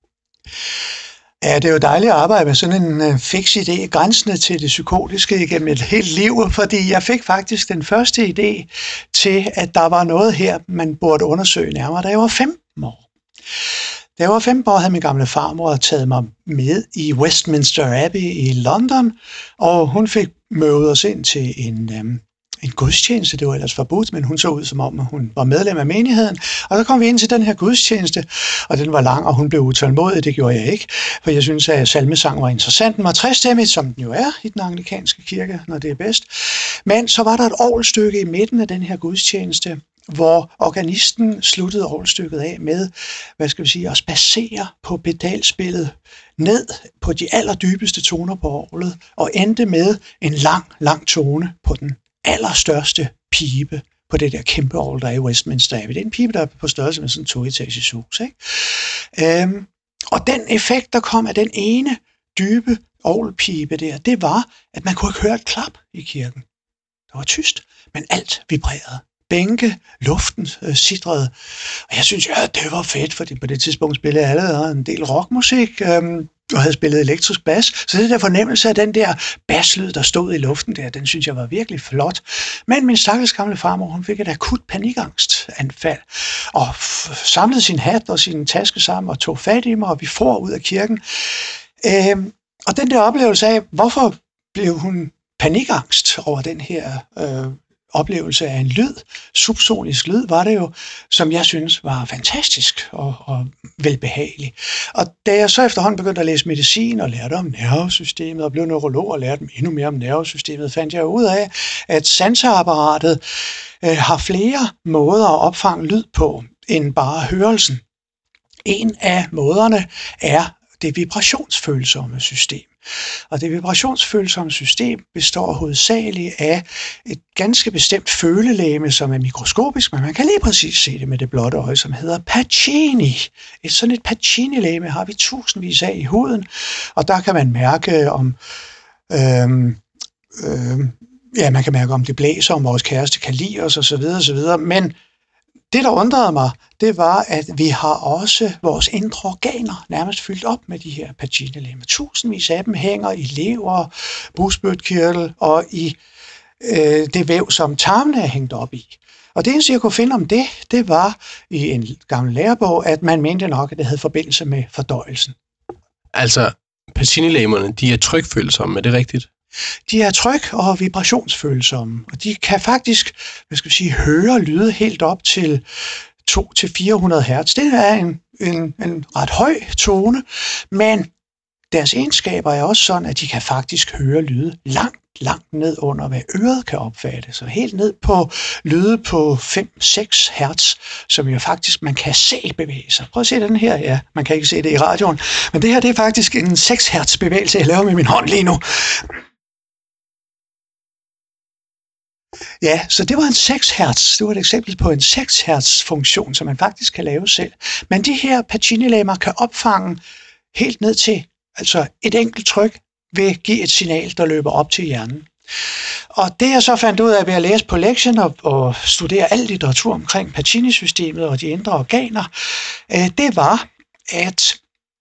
Ja, det er jo dejligt at arbejde med sådan en fix idé, grænsende til det psykotiske igennem et helt liv, fordi jeg fik faktisk den første idé til, at der var noget her, man burde undersøge nærmere, da jeg var 15 år. Da jeg var 15 år, havde min gamle farmor taget mig med i Westminster Abbey i London, og hun fik mødet os ind til en gudstjeneste. Det var ellers forbudt, men hun så ud som om, hun var medlem af menigheden. Og så kom vi ind til den her gudstjeneste, og den var lang, og hun blev utålmodig. Det gjorde jeg ikke, for jeg synes, at salmesang var interessant. Den var trestemmig, som den jo er i den anglikanske kirke, når det er bedst. Men så var der et orgelstykke i midten af den her gudstjeneste, hvor organisten sluttede orgelstykket af med, at spacere på pedalspillet ned på de allerdybeste toner på orglet, og endte med en lang tone på den allerstørste pibe på det der kæmpe orgel, der er i Westminster Abbey. Det er en pibe, der er på størrelse med sådan en 2-etages hus, ikke? Og den effekt, der kom af den ene dybe orgelpibe der, det var, at man kunne ikke høre et klap i kirken. Det var tyst, men alt vibrerede. Bænke, luften sidrede. Og jeg synes, det var fedt, fordi på det tidspunkt spillede jeg allerede en del rockmusik, og havde spillet elektrisk bas. Så det der fornemmelse af den der baslyd, der stod i luften der, den synes jeg var virkelig flot. Men min stakkels gamle farmor, hun fik et akut panikangstanfald, og samlede sin hat og sin taske sammen og tog fat i mig, og vi for ud af kirken. Og den der oplevelse af, hvorfor blev hun panikangst over den her oplevelse af en lyd, subsonisk lyd, var det jo, som jeg synes var fantastisk og velbehagelig. Og da jeg så efterhånden begyndte at læse medicin og lærte om nervesystemet og blev neurolog og lærte endnu mere om nervesystemet, fandt jeg ud af, at sanseapparatet har flere måder at opfange lyd på end bare hørelsen. En af måderne er det vibrationsfølsomme system. Og det vibrationsfølsomme system består hovedsageligt af et ganske bestemt følelegeme, som er mikroskopisk, men man kan lige præcis se det med det blotte øje, som hedder Pacini. Sådan et Pacini-legeme har vi tusindvis af i huden, og der kan man mærke om man kan mærke om det blæser, om vores kæreste kan lide os osv. Men det, der undrede mig, det var, at vi har også vores indre organer nærmest fyldt op med de her Pacini-legemer. Tusindvis af dem hænger i lever, bugspytkirtel og i det væv, som tarmene er hængt op i. Og det eneste, jeg kunne finde om det var i en gammel lærebog, at man mente nok, at det havde forbindelse med fordøjelsen. Altså, Pacini-legemerne, de er trykfølsomme, er det rigtigt? De er tryk- og vibrationsfølsomme, og de kan faktisk, høre lyde helt op til 200-400 hertz. Det er en ret høj tone, men deres egenskaber er også sådan, at de kan faktisk høre lyde langt langt ned under, hvad øret kan opfatte. Så helt ned på lyde på 5-6 hertz, som jo faktisk man kan se bevæge sig. Prøv at se den her, ja, man kan ikke se det i radioen, men det her det er faktisk en 6 hertz bevægelse, jeg laver med min hånd lige nu. Ja, så det var en 6 hertz. Det var et eksempel på en 6 hertz funktion, som man faktisk kan lave selv. Men de her Pacini-legemer kan opfange helt ned til, altså et enkelt tryk vil give et signal, der løber op til hjernen. Og det jeg så fandt ud af ved at læse på lektien og studere al litteratur omkring Pacini-systemet og de indre organer, det var, at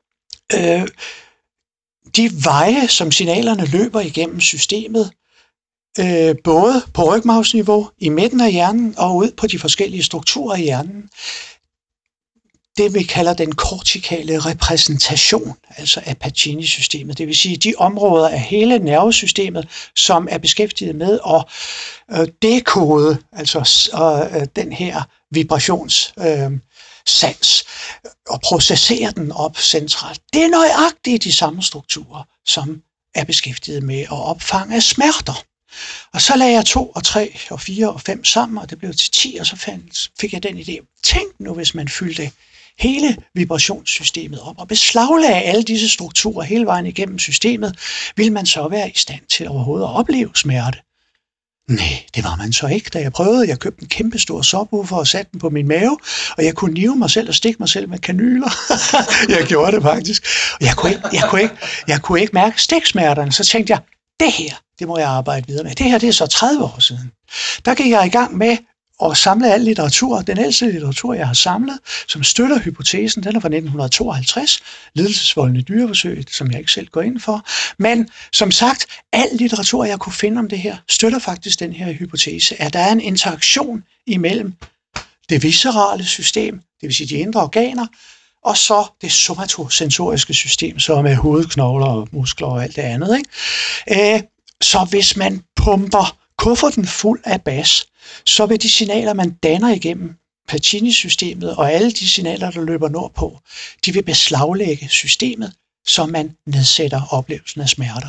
de veje, som signalerne løber igennem systemet, både på rygmarvsniveau, i midten af hjernen og ud på de forskellige strukturer i hjernen, det vi kalder den kortikale repræsentation, altså af Pacini-systemet. Det vil sige de områder af hele nervesystemet, som er beskæftiget med at dekode, altså den her vibrationssans, og processere den op centralt. Det er nøjagtigt de samme strukturer, som er beskæftiget med at opfange smerter. Og så lagde jeg 2 og 3 og 4 og 5 sammen, og det blev til 10, og så fik jeg den idé. Tænk nu, hvis man fyldte hele vibrationssystemet op og beslaglagde alle disse strukturer hele vejen igennem systemet, ville man så være i stand til overhovedet at opleve smerte? Nej, det var man så ikke, da jeg prøvede. Jeg købte en kæmpe stor subwoofer og satte den på min mave, og jeg kunne nive mig selv og stikke mig selv med kanyler. Jeg gjorde det faktisk. Og jeg kunne ikke mærke stiksmerterne, så tænkte jeg, det her, det må jeg arbejde videre med. Det her, det er så 30 år siden. Der gik jeg i gang med at samle al litteratur. Den ældste litteratur, jeg har samlet, som støtter hypotesen, den er fra 1952, lidelsesvoldende dyreforsøg, som jeg ikke selv går ind for. Men som sagt, al litteratur, jeg kunne finde om det her, støtter faktisk den her hypotese, at der er en interaktion imellem det viscerale system, det vil sige de indre organer, og så det somatosensoriske system, som er hovedknogler og muskler og alt det andet. Ikke? Så hvis man pumper kufferten fuld af bas, så vil de signaler, man danner igennem Pacini-systemet, og alle de signaler, der løber nordpå, de vil beslaglægge systemet, så man nedsætter oplevelsen af smerter.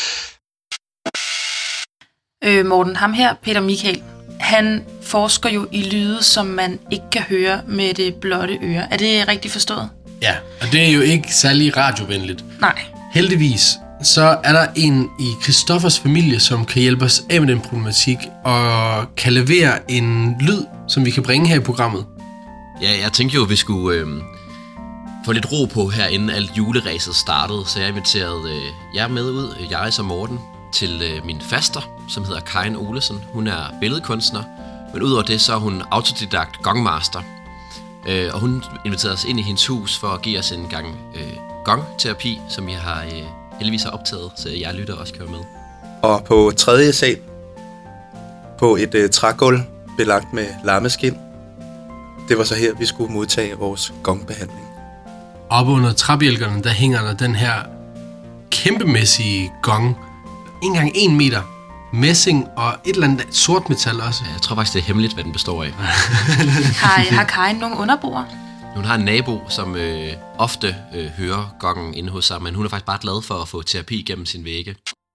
Morten, ham her, Peter Michael, han forsker jo i lyde, som man ikke kan høre med det blotte øre. Er det rigtigt forstået? Ja, og det er jo ikke særlig radiovenligt. Nej. Heldigvis, så er der en i Christoffers familie, som kan hjælpe os af med den problematik, og kan levere en lyd, som vi kan bringe her i programmet. Ja, jeg tænkte jo, at vi skulle få lidt ro på her, inden alt juleræset startede, så jeg inviterede jer med ud, jeg som Morten, til min faster, som hedder Karin Olesen. Hun er billedkunstner, men udover det, så er hun autodidakt gongmaster. Og hun inviterede os ind i hendes hus for at give os en gang gongterapi, som jeg har heldigvis har optaget, så jeg lytter også kan være med. Og på 3. sal, på et trægulv belagt med lammeskind, det var så her, vi skulle modtage vores gongbehandling. Oppe under træbjælkerne, der hænger der den her kæmpemæssige gong. 1x1 meter messing og et eller andet sort metal også. Ja, jeg tror faktisk, det er hemmeligt, hvad den består af. Har Karin nogle underboer? Hun har en nabo, som ofte hører gongen inde hos sig, men hun er faktisk bare glad for at få terapi gennem sin vægge.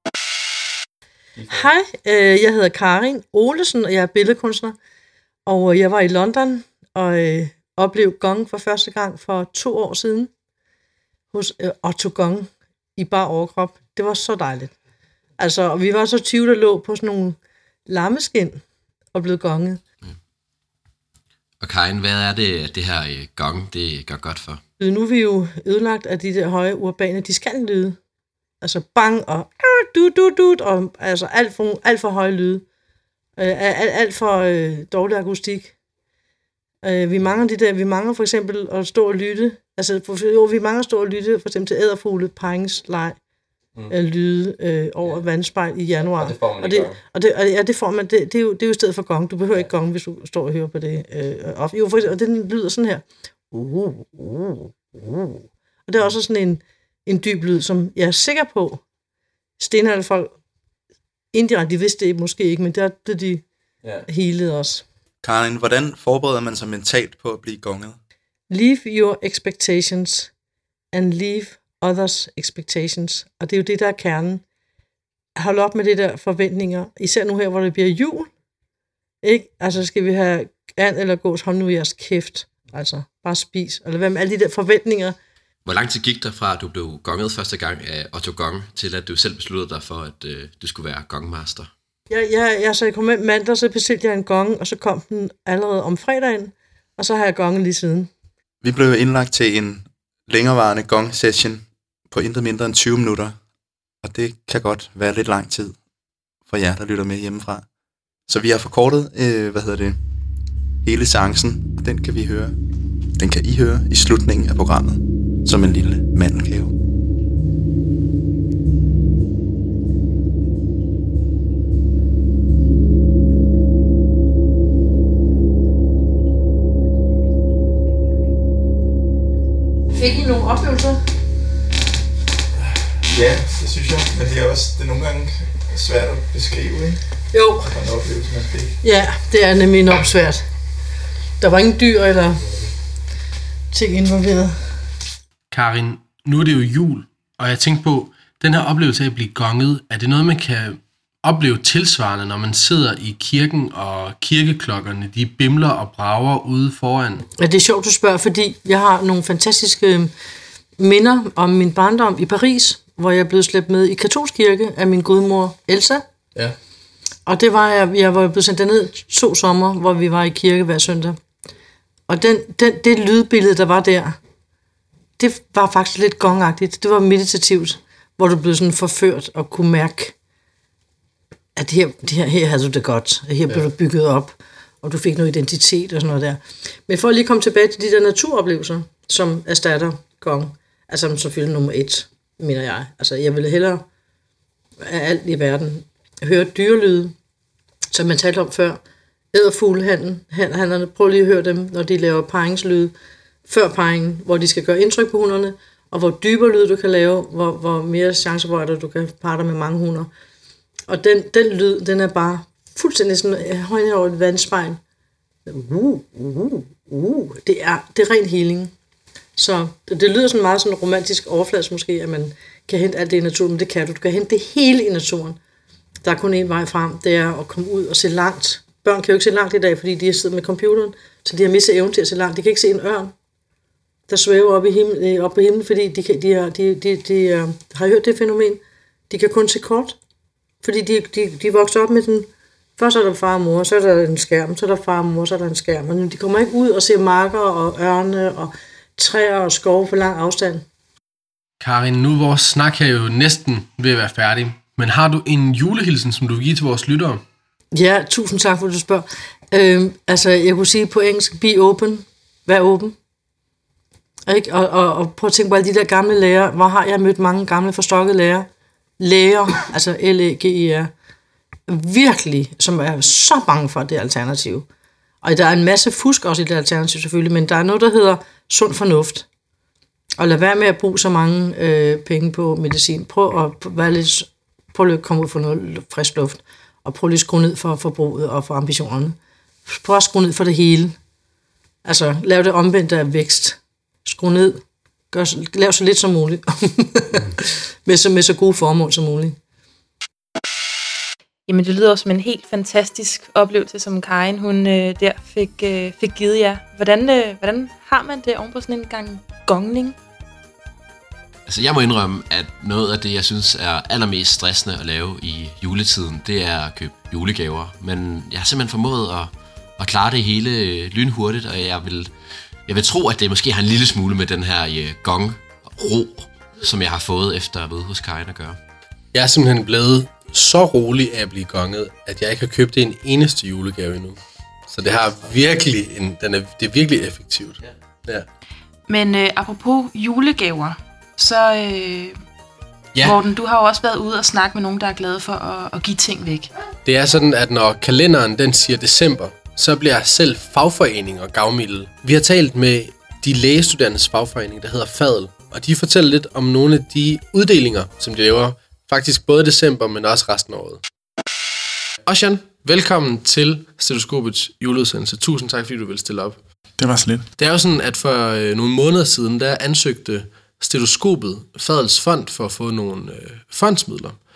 Hej, jeg hedder Karin Olesen, og jeg er billedkunstner. Og jeg var i London og oplevede gong for første gang for 2 år siden hos Otto Gong i bar overkrop. Det var så dejligt. Altså, og vi var så 20, der lå på sådan nogle lammeskind og blev gonget. Og Karin, hvad er det her gong, det gør godt for? Nu er vi jo ødelagt af de der høje urbane discantlyde. Altså bang og dut, og altså alt for høje lyde. Alt for dårlig akustik. Vi mangler for eksempel at stå og lytte. Altså, vi mangler at stå og lytte for eksempel til edderfugle, pangsleg, lyde over vandspejl i januar. Og det får man. Det er jo i stedet for gong. Du behøver ikke gong, hvis du står og hører på det. Og den lyder sådan her. Og det er også sådan en dyb lyd, som jeg er sikker på, stenalderfolk indirekte, de vidste det måske ikke, men der blev de healede os. Karin, hvordan forbereder man sig mentalt på at blive gonget? Leave your expectations and leave others' expectations. Og det er jo det, der er kernen. hold op med de der forventninger. Især nu her, hvor det bliver jul. Ikke? Altså, skal vi have and eller gås? Hold nu i jeres kæft. Altså, bare spis. Eller hvad med alle de der forventninger. Hvor lang tid gik der fra, at du blev gonget første gang af Otto Gong, til at du selv besluttede dig for, at du skulle være gongmaster? Så jeg kom med mandag, så bestilte jeg en gong, og så kom den allerede om fredagen, og så har jeg gongen lige siden. Vi blev indlagt til en længerevarende gong-session på intet mindre end 20 minutter, og det kan godt være lidt lang tid for jer, der lytter med hjemmefra. Så vi har forkortet, hele seancen, og den kan I høre i slutningen af programmet, som en lille mandelgave. Fik I nogle oplevelser? Ja, det synes jeg, men det er nogle gange svært at beskrive, ikke? Jo. En oplevelse, man fik. Ja, det er nemlig enormt svært. Der var ingen dyr eller ting involveret. Karin, nu er det jo jul, og jeg tænkte på, den her oplevelse af at blive gonget, er det noget, man kan opleve tilsvarende, når man sidder i kirken, og kirkeklokkerne, de bimler og brager ude foran? Ja, det er sjovt, du spørger, fordi jeg har nogle fantastiske minder om min barndom i Paris, hvor jeg blev slæbt med i katolsk kirke af min gudmor Elsa. Ja. Og det var jeg var blevet sendt derned 2 sommer, hvor vi var i kirke hver søndag. Og det lydbillede, der var der, det var faktisk lidt gongagtigt. Det var meditativt, hvor du blev sådan forført og kunne mærke, at her havde du det godt. Her blev du bygget op, og du fik noget identitet og sådan noget der. Men for at lige komme tilbage til de der naturoplevelser, som erstatter gong, altså selvfølgelig nummer 1, mener jeg. Altså jeg ville hellere af alt i verden høre dyrelyde, som man talte om før. Edderfuglehannerne, prøv lige at høre dem, når de laver paringslyde før parringen, hvor de skal gøre indtryk på hunderne, og hvor dybere lyd du kan lave, hvor mere chance for, at du kan parre dig med mange hunder. Og den lyd, den er bare fuldstændig sådan højt over et vandspejl. Det er ren healing. Så det lyder sådan meget sådan romantisk overfladisk måske, at man kan hente alt det i naturen, men det kan du. Du kan hente det hele i naturen. Der er kun én vej frem, det er at komme ud og se langt. Børn kan jo ikke se langt i dag, fordi de sidder med computeren, så de har mistet evnen til at se langt. De kan ikke se en ørn, der svæver op på himlen, fordi de har hørt det fænomen. De kan kun se kort, fordi de vokser op med den. Først er der far og mor, så er der en skærm, så er der far og mor, så er der en skærm. Men de kommer ikke ud og ser marker og ørne og træer og skove på lang afstand. Karin, nu er vores snak her jo næsten ved at være færdig. Men har du en julehilsen, som du vil give til vores lyttere? Ja, tusind tak for, at du spørger. Jeg kunne sige på engelsk, be open. Vær åben. Ikke? Og prøv at tænke på alle de der gamle lærere. Hvor har jeg mødt mange gamle forstokkede lærere? Læger, altså L-E-G-E-R. Virkelig, som er så bange for det alternativ. Og der er en masse fusk også i det alternativ selvfølgelig, men der er noget, der hedder sund fornuft. Og lad være med at bruge så mange penge på medicin. Prøv at komme ud for noget frisk luft. Og prøv lige at skrue ned for forbruget og for ambitionerne. Prøv at skrue ned for det hele. Altså, lav det omvendte af vækst. Skru ned. Lav så lidt som muligt. med så gode formål som muligt. Jamen, det lyder også som en helt fantastisk oplevelse, som Karin hun der fik givet jer. Hvordan har man det oven på sådan en gang gongning? Altså, jeg må indrømme, at noget af det, jeg synes er allermest stressende at lave i juletiden, det er at købe julegaver. Men jeg har simpelthen formået at klare det hele lynhurtigt, og jeg vil tro, at det måske har en lille smule med den her gong-ro, som jeg har fået efter at være hos Karin at gøre. Jeg er simpelthen blevet så rolig af at blive gonget, at jeg ikke har købt en eneste julegave endnu. Så det har virkelig det er virkelig effektivt. Ja. Men apropos julegaver, så Morten, du har jo også været ude og snakke med nogen, der er glade for at give ting væk. Det er sådan, at når kalenderen den siger december, så bliver selv fagforeninger gavmilde. Vi har talt med de lægestuderendes fagforening, der hedder Fadel, og de fortæller lidt om nogle af de uddelinger, som de laver faktisk både december, men også resten af året. Oshan, velkommen til Stetoskopets juleudsendelse. Tusind tak, fordi du vil stille op. Det var så lidt. Det er jo sådan, at for nogle måneder siden, der ansøgte Stetoskopet Fadels fond for at få nogle fondsmidler.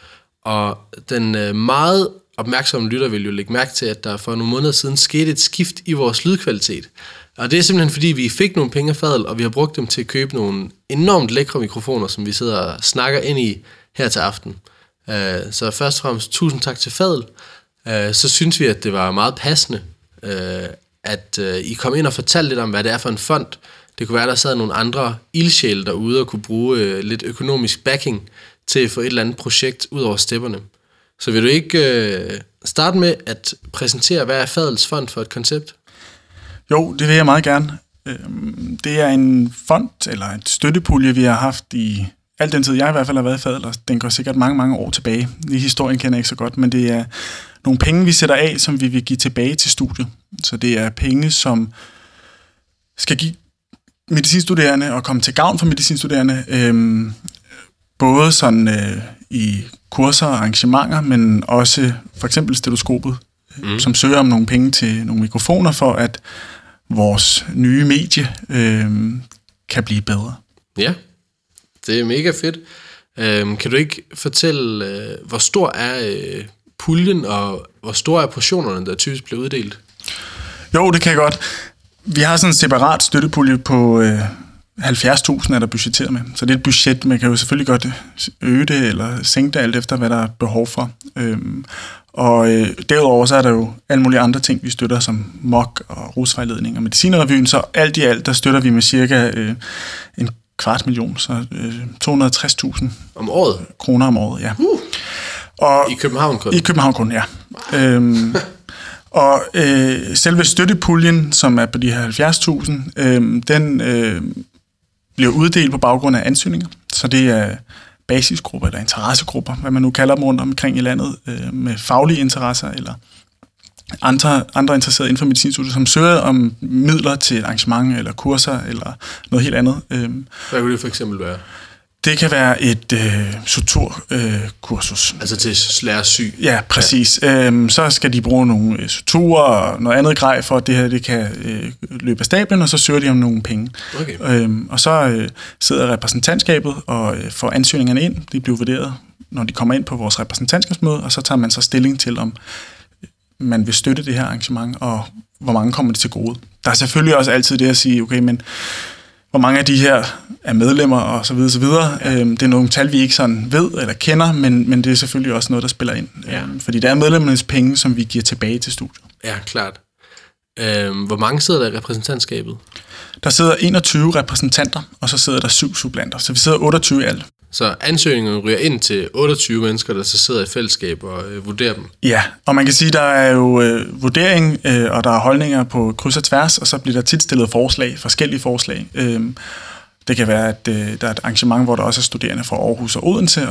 Og den meget opmærksomme lytter vil jo lægge mærke til, at der for nogle måneder siden skete et skift i vores lydkvalitet. Og det er simpelthen fordi, vi fik nogle penge af Fadl, og vi har brugt dem til at købe nogle enormt lækre mikrofoner, som vi sidder og snakker ind i her til aften. Så først og fremmest tusind tak til Fadl. Så synes vi, at det var meget passende, at I kom ind og fortalte lidt om, hvad det er for en fond. Det kunne være, der sad nogle andre ildsjæle derude og kunne bruge lidt økonomisk backing til at få et eller andet projekt ud over stepperne. Så vil du ikke starte med at præsentere, hvad er Fadls fond for et koncept? Jo, det vil jeg meget gerne. Det er en fond, eller et støttepulje, vi har haft i al den tid, jeg i hvert fald har været i Fadl, og den går sikkert mange, mange år tilbage. I historien kender jeg ikke så godt, men det er nogle penge, vi sætter af, som vi vil give tilbage til studiet. Så det er penge, som skal give medicinstuderende og komme til gavn for medicinstuderende, både sådan i kurser og arrangementer, men også for eksempel Stetoskopet, som søger om nogle penge til nogle mikrofoner, for at vores nye medie kan blive bedre. Ja, det er mega fedt. Kan du ikke fortælle, hvor stor er puljen, og hvor store er portionerne, der typisk bliver uddelt? Jo, det kan jeg godt. Vi har sådan en separat støttepulje på 70.000 er der budgetteret med. Så det er et budget, man kan jo selvfølgelig godt øge det eller sænke det alt efter, hvad der er behov for. Og derudover så er der jo alle mulige andre ting, vi støtter, som MOK og rusvejledning og Medicinerrevyen. Så alt i alt, der støtter vi med cirka 250.000, så 260.000 om året? Kroner om året, ja. Og i København kun? I København kun, ja. Og selve støttepuljen, som er på de her 70.000, den bliver uddelt på baggrund af ansøgninger. Så det er basisgrupper eller interessegrupper, hvad man nu kalder dem rundt omkring i landet, med faglige interesser eller andre interesserede inden for medicinstudiet, som søger om midler til arrangement eller kurser eller noget helt andet. Hvad kunne det for eksempel være? Det kan være et suturkursus. Altså til lærersy? Ja, præcis. Ja. Så skal de bruge nogle suturer og noget andet grej, for at det her det kan løbe af stablen, og så søger de om nogle penge. Okay. Og så sidder repræsentantskabet og får ansøgningerne ind. De bliver vurderet, når de kommer ind på vores repræsentantskabsmøde, og så tager man så stilling til, om man vil støtte det her arrangement, og hvor mange kommer det til gode. Der er selvfølgelig også altid det at sige, okay, men hvor mange af de her er medlemmer og så videre, så videre. Ja. Det er nogle tal, vi ikke sådan ved eller kender, men det er selvfølgelig også noget, der spiller ind. Ja. Fordi det er medlemmernes penge, som vi giver tilbage til studiet. Ja, klart. Hvor mange sidder der i repræsentantskabet? Der sidder 21 repræsentanter, og så sidder der 7 supplanter. Så vi sidder 28 i alt. Så ansøgningerne ryger ind til 28 mennesker, der så sidder i fællesskab og vurderer dem? Ja, og man kan sige, der er jo vurdering, og der er holdninger på kryds og tværs, og så bliver der tit stillet forslag, forskellige forslag. Det kan være, at der er et arrangement, hvor der også er studerende fra Aarhus og Odense,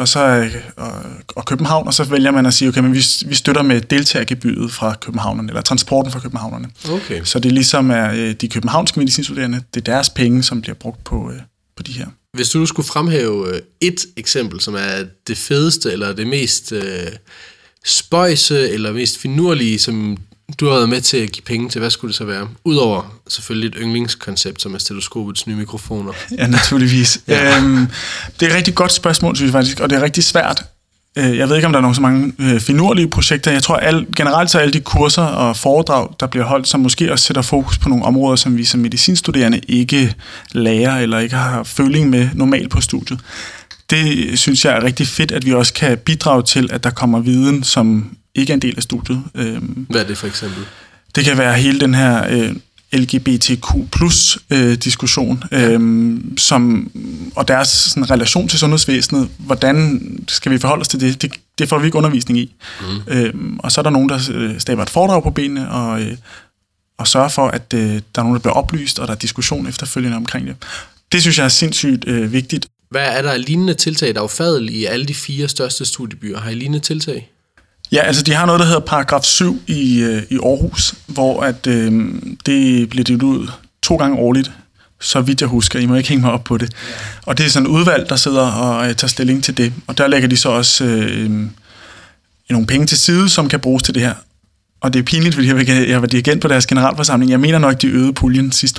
og København, og så vælger man at sige, okay, men vi støtter med deltagergebyret fra københavnerne, eller transporten fra københavnerne. Okay. Så det ligesom er de københavnske medicinstuderende, det er deres penge, som bliver brugt på de her. Hvis du skulle fremhæve et eksempel, som er det fedeste, eller det mest spøjse, eller mest finurlige, som du har været med til at give penge til, hvad skulle det så være? Udover selvfølgelig et yndlingskoncept, som er Stetoskopets nye mikrofoner. Ja, naturligvis. Ja. Det er et rigtig godt spørgsmål, synes jeg faktisk, og det er rigtig svært. Jeg ved ikke, om der er nogle så mange finurlige projekter. Jeg tror generelt så alle de kurser og foredrag, der bliver holdt, som måske også sætter fokus på nogle områder, som vi som medicinstuderende ikke lærer eller ikke har føling med normalt på studiet. Det synes jeg er rigtig fedt, at vi også kan bidrage til, at der kommer viden, som ikke er en del af studiet. Hvad er det for eksempel? Det kan være hele den her LGBTQ+ diskussion, og deres sådan, relation til sundhedsvæsenet. Hvordan skal vi forholde os til det? Det får vi ikke undervisning i. Og så er der nogen, der staber et foredrag på benene og sørger for, at der er nogen, der bliver oplyst, og der er diskussion efterfølgende omkring det. Det synes jeg er sindssygt vigtigt. Hvad er der lignende tiltag? Der er jo Fadl i alle de 4 største studiebyer. Har I lignende tiltag? Ja, altså de har noget, der hedder paragraf 7 i Aarhus, hvor at, det bliver delt ud 2 gange årligt, så vidt jeg husker. I må ikke hænge mig op på det. Og det er sådan et udvalg, der sidder og tager stilling til det. Og der lægger de så også nogle penge til side, som kan bruges til det her. Og det er pinligt, fordi jeg var dirigent på deres generalforsamling. Jeg mener nok, de øgede puljen sidste år.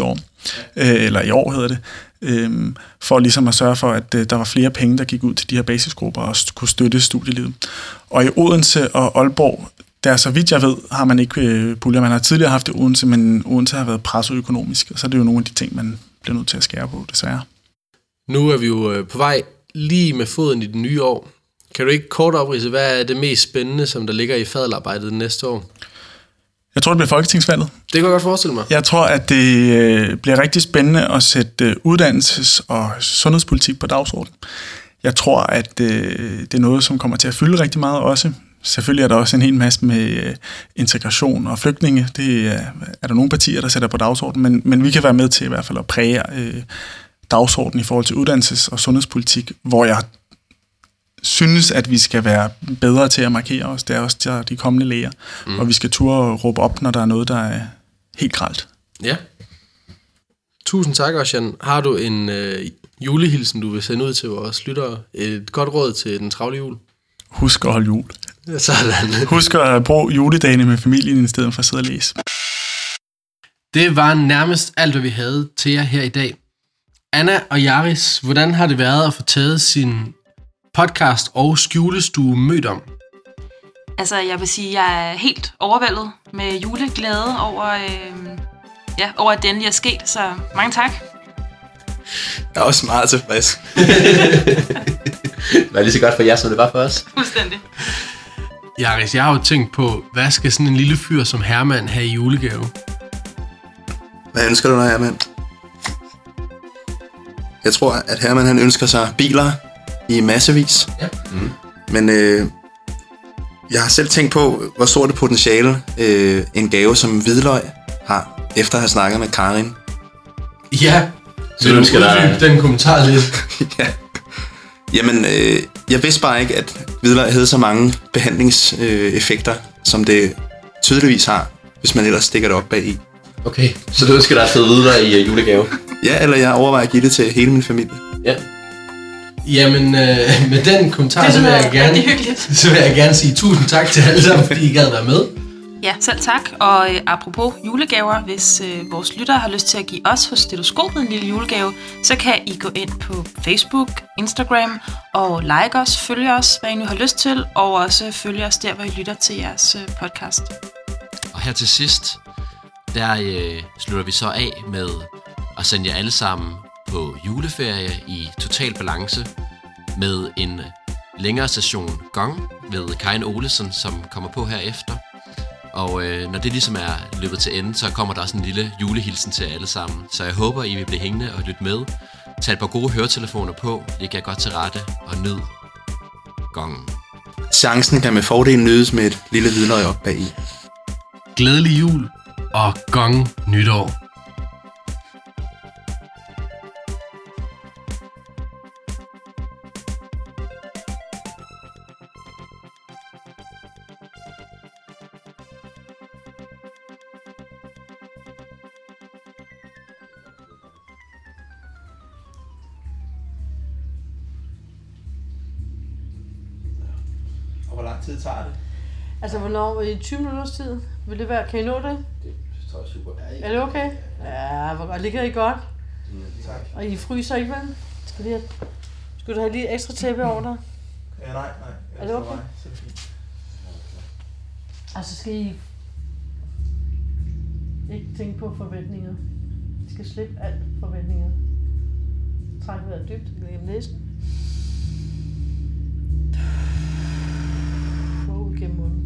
eller i år hedder det, for ligesom at sørge for, at der var flere penge, der gik ud til de her basisgrupper og kunne støtte studielivet. Og i Odense og Aalborg, der så vidt jeg ved, har man ikke puljer. Man har tidligere haft det i Odense, men Odense har været presset økonomisk, og så er det jo nogle af de ting, man bliver nødt til at skære på, desværre. Nu er vi jo på vej lige med foden i det nye år. Kan du ikke kort opridse, hvad er det mest spændende, som der ligger i fadelarbejdet næste år? Jeg tror, det bliver folketingsvalget. Det kan jeg godt forestille mig. Jeg tror, at det bliver rigtig spændende at sætte uddannelses- og sundhedspolitik på dagsordenen. Jeg tror, at det er noget, som kommer til at fylde rigtig meget også. Selvfølgelig er der også en hel masse med integration og flygtninge. Det er der nogle partier, der sætter på dagsordenen, men vi kan være med til i hvert fald at præge dagsordenen i forhold til uddannelses- og sundhedspolitik, hvor jeg synes, at vi skal være bedre til at markere os. Det er også de kommende læger. Og vi skal turde råbe op, når der er noget, der er helt grelt. Ja. Tusind tak, Ocean. Har du en julehilsen, du vil sende ud til vores lyttere? Et godt råd til den travle jul? Husk at holde jul. Sådan. Husk at bruge juledagene med familien i stedet for at sidde og læse. Det var nærmest alt, hvad vi havde til jer her i dag. Anna og Jaris, hvordan har det været at få taget sin podcast og skjulestue mødt om? Altså, jeg vil sige, at jeg er helt overvældet med juleglæde over, over at det endelig er sket, så mange tak. Jeg er også meget tilfreds. Det var lige så godt for jer, som det var for os. Fuldstændig. Jaris, jeg har jo tænkt på, hvad skal sådan en lille fyr som Herman have i julegave? Hvad ønsker du dig, Herman? Jeg tror, at Herman han ønsker sig biler i massevis. Ja. Men jeg har selv tænkt på, hvor stort et potentiale en gave som hvidløg har, efter at have snakket med Karin. Ja, så du skal uddybe den kommentar lidt. Ja. Jamen, jeg vidste bare ikke, at hvidløg havde så mange behandlingseffekter, som det tydeligvis har, hvis man ellers stikker det op bag i. Okay, så du ønsker dig at fede hvidløg i julegave? Ja, eller jeg overvejer at give det til hele min familie. Ja. Jamen, med den kommentar, så vil jeg gerne sige tusind tak til alle sammen, fordi I gad være med. Ja, selv tak. Og apropos julegaver, hvis vores lyttere har lyst til at give os hos Stetoskopet en lille julegave, så kan I gå ind på Facebook, Instagram og like os, følge os, hvad I nu har lyst til, og også følge os der, hvor I lytter til jeres podcast. Og her til sidst, der slutter vi så af med at sende jer alle sammen på juleferie i total balance med en længere session Gong med Karin Olesen, som kommer på herefter. Og når det ligesom er løbet til ende, så kommer der også en lille julehilsen til alle sammen. Så jeg håber, I vil blive hængende og lytte med. Tag et par gode høretelefoner på, læg jer godt til rette og nyd Gongen. Chancen kan med fordel nydes med et lille hvidløg op bag i. Glædelig jul og Gong nytår. Og hvor lang tid tager det? Altså, hvornår? I 20 minutters tid? Vil det være? Kan I nå det? Det tror jeg super. Er det okay? Ja, hvor godt. Ligger I godt? Tak. Og I fryser ikke, vel? Skal du have lige ekstra tæppe over dig? Ja, nej. Er det okay? Altså, skal I ikke tænke på forventninger. I skal slippe alt forventninger. Træk vejret dybt gennem næsen. Og ud gennem munden.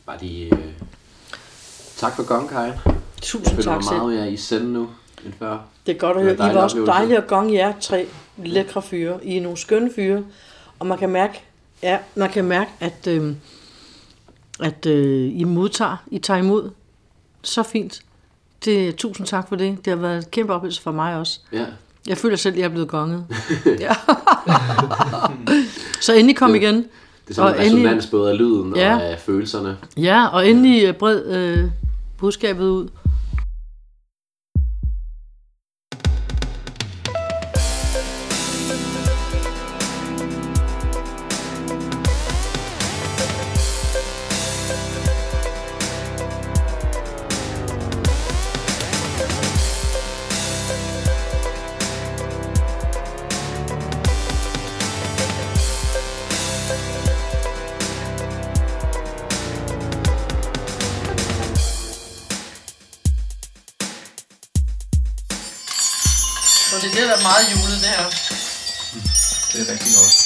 Bare lige... Tak for gong, Karin. Tusind tak selv. Jeg føler mig meget i sende nu, end før. Det er godt at høre. I var også dejlige at gong jer 3 lækre fyre. I er nogle skønne fyre. Og man kan mærke, at I tager imod så fint. Tusind tak for det. Det har været et kæmpe oplevelse for mig også. Ja. Jeg føler selv, at jeg er blevet gonget. Ja. Så endelig kom igen. Det er sådan en resonans både af lyden og af følelserne. Ja, og endelig bred budskabet ud. Så det er meget julet, det her. Det er rigtig godt.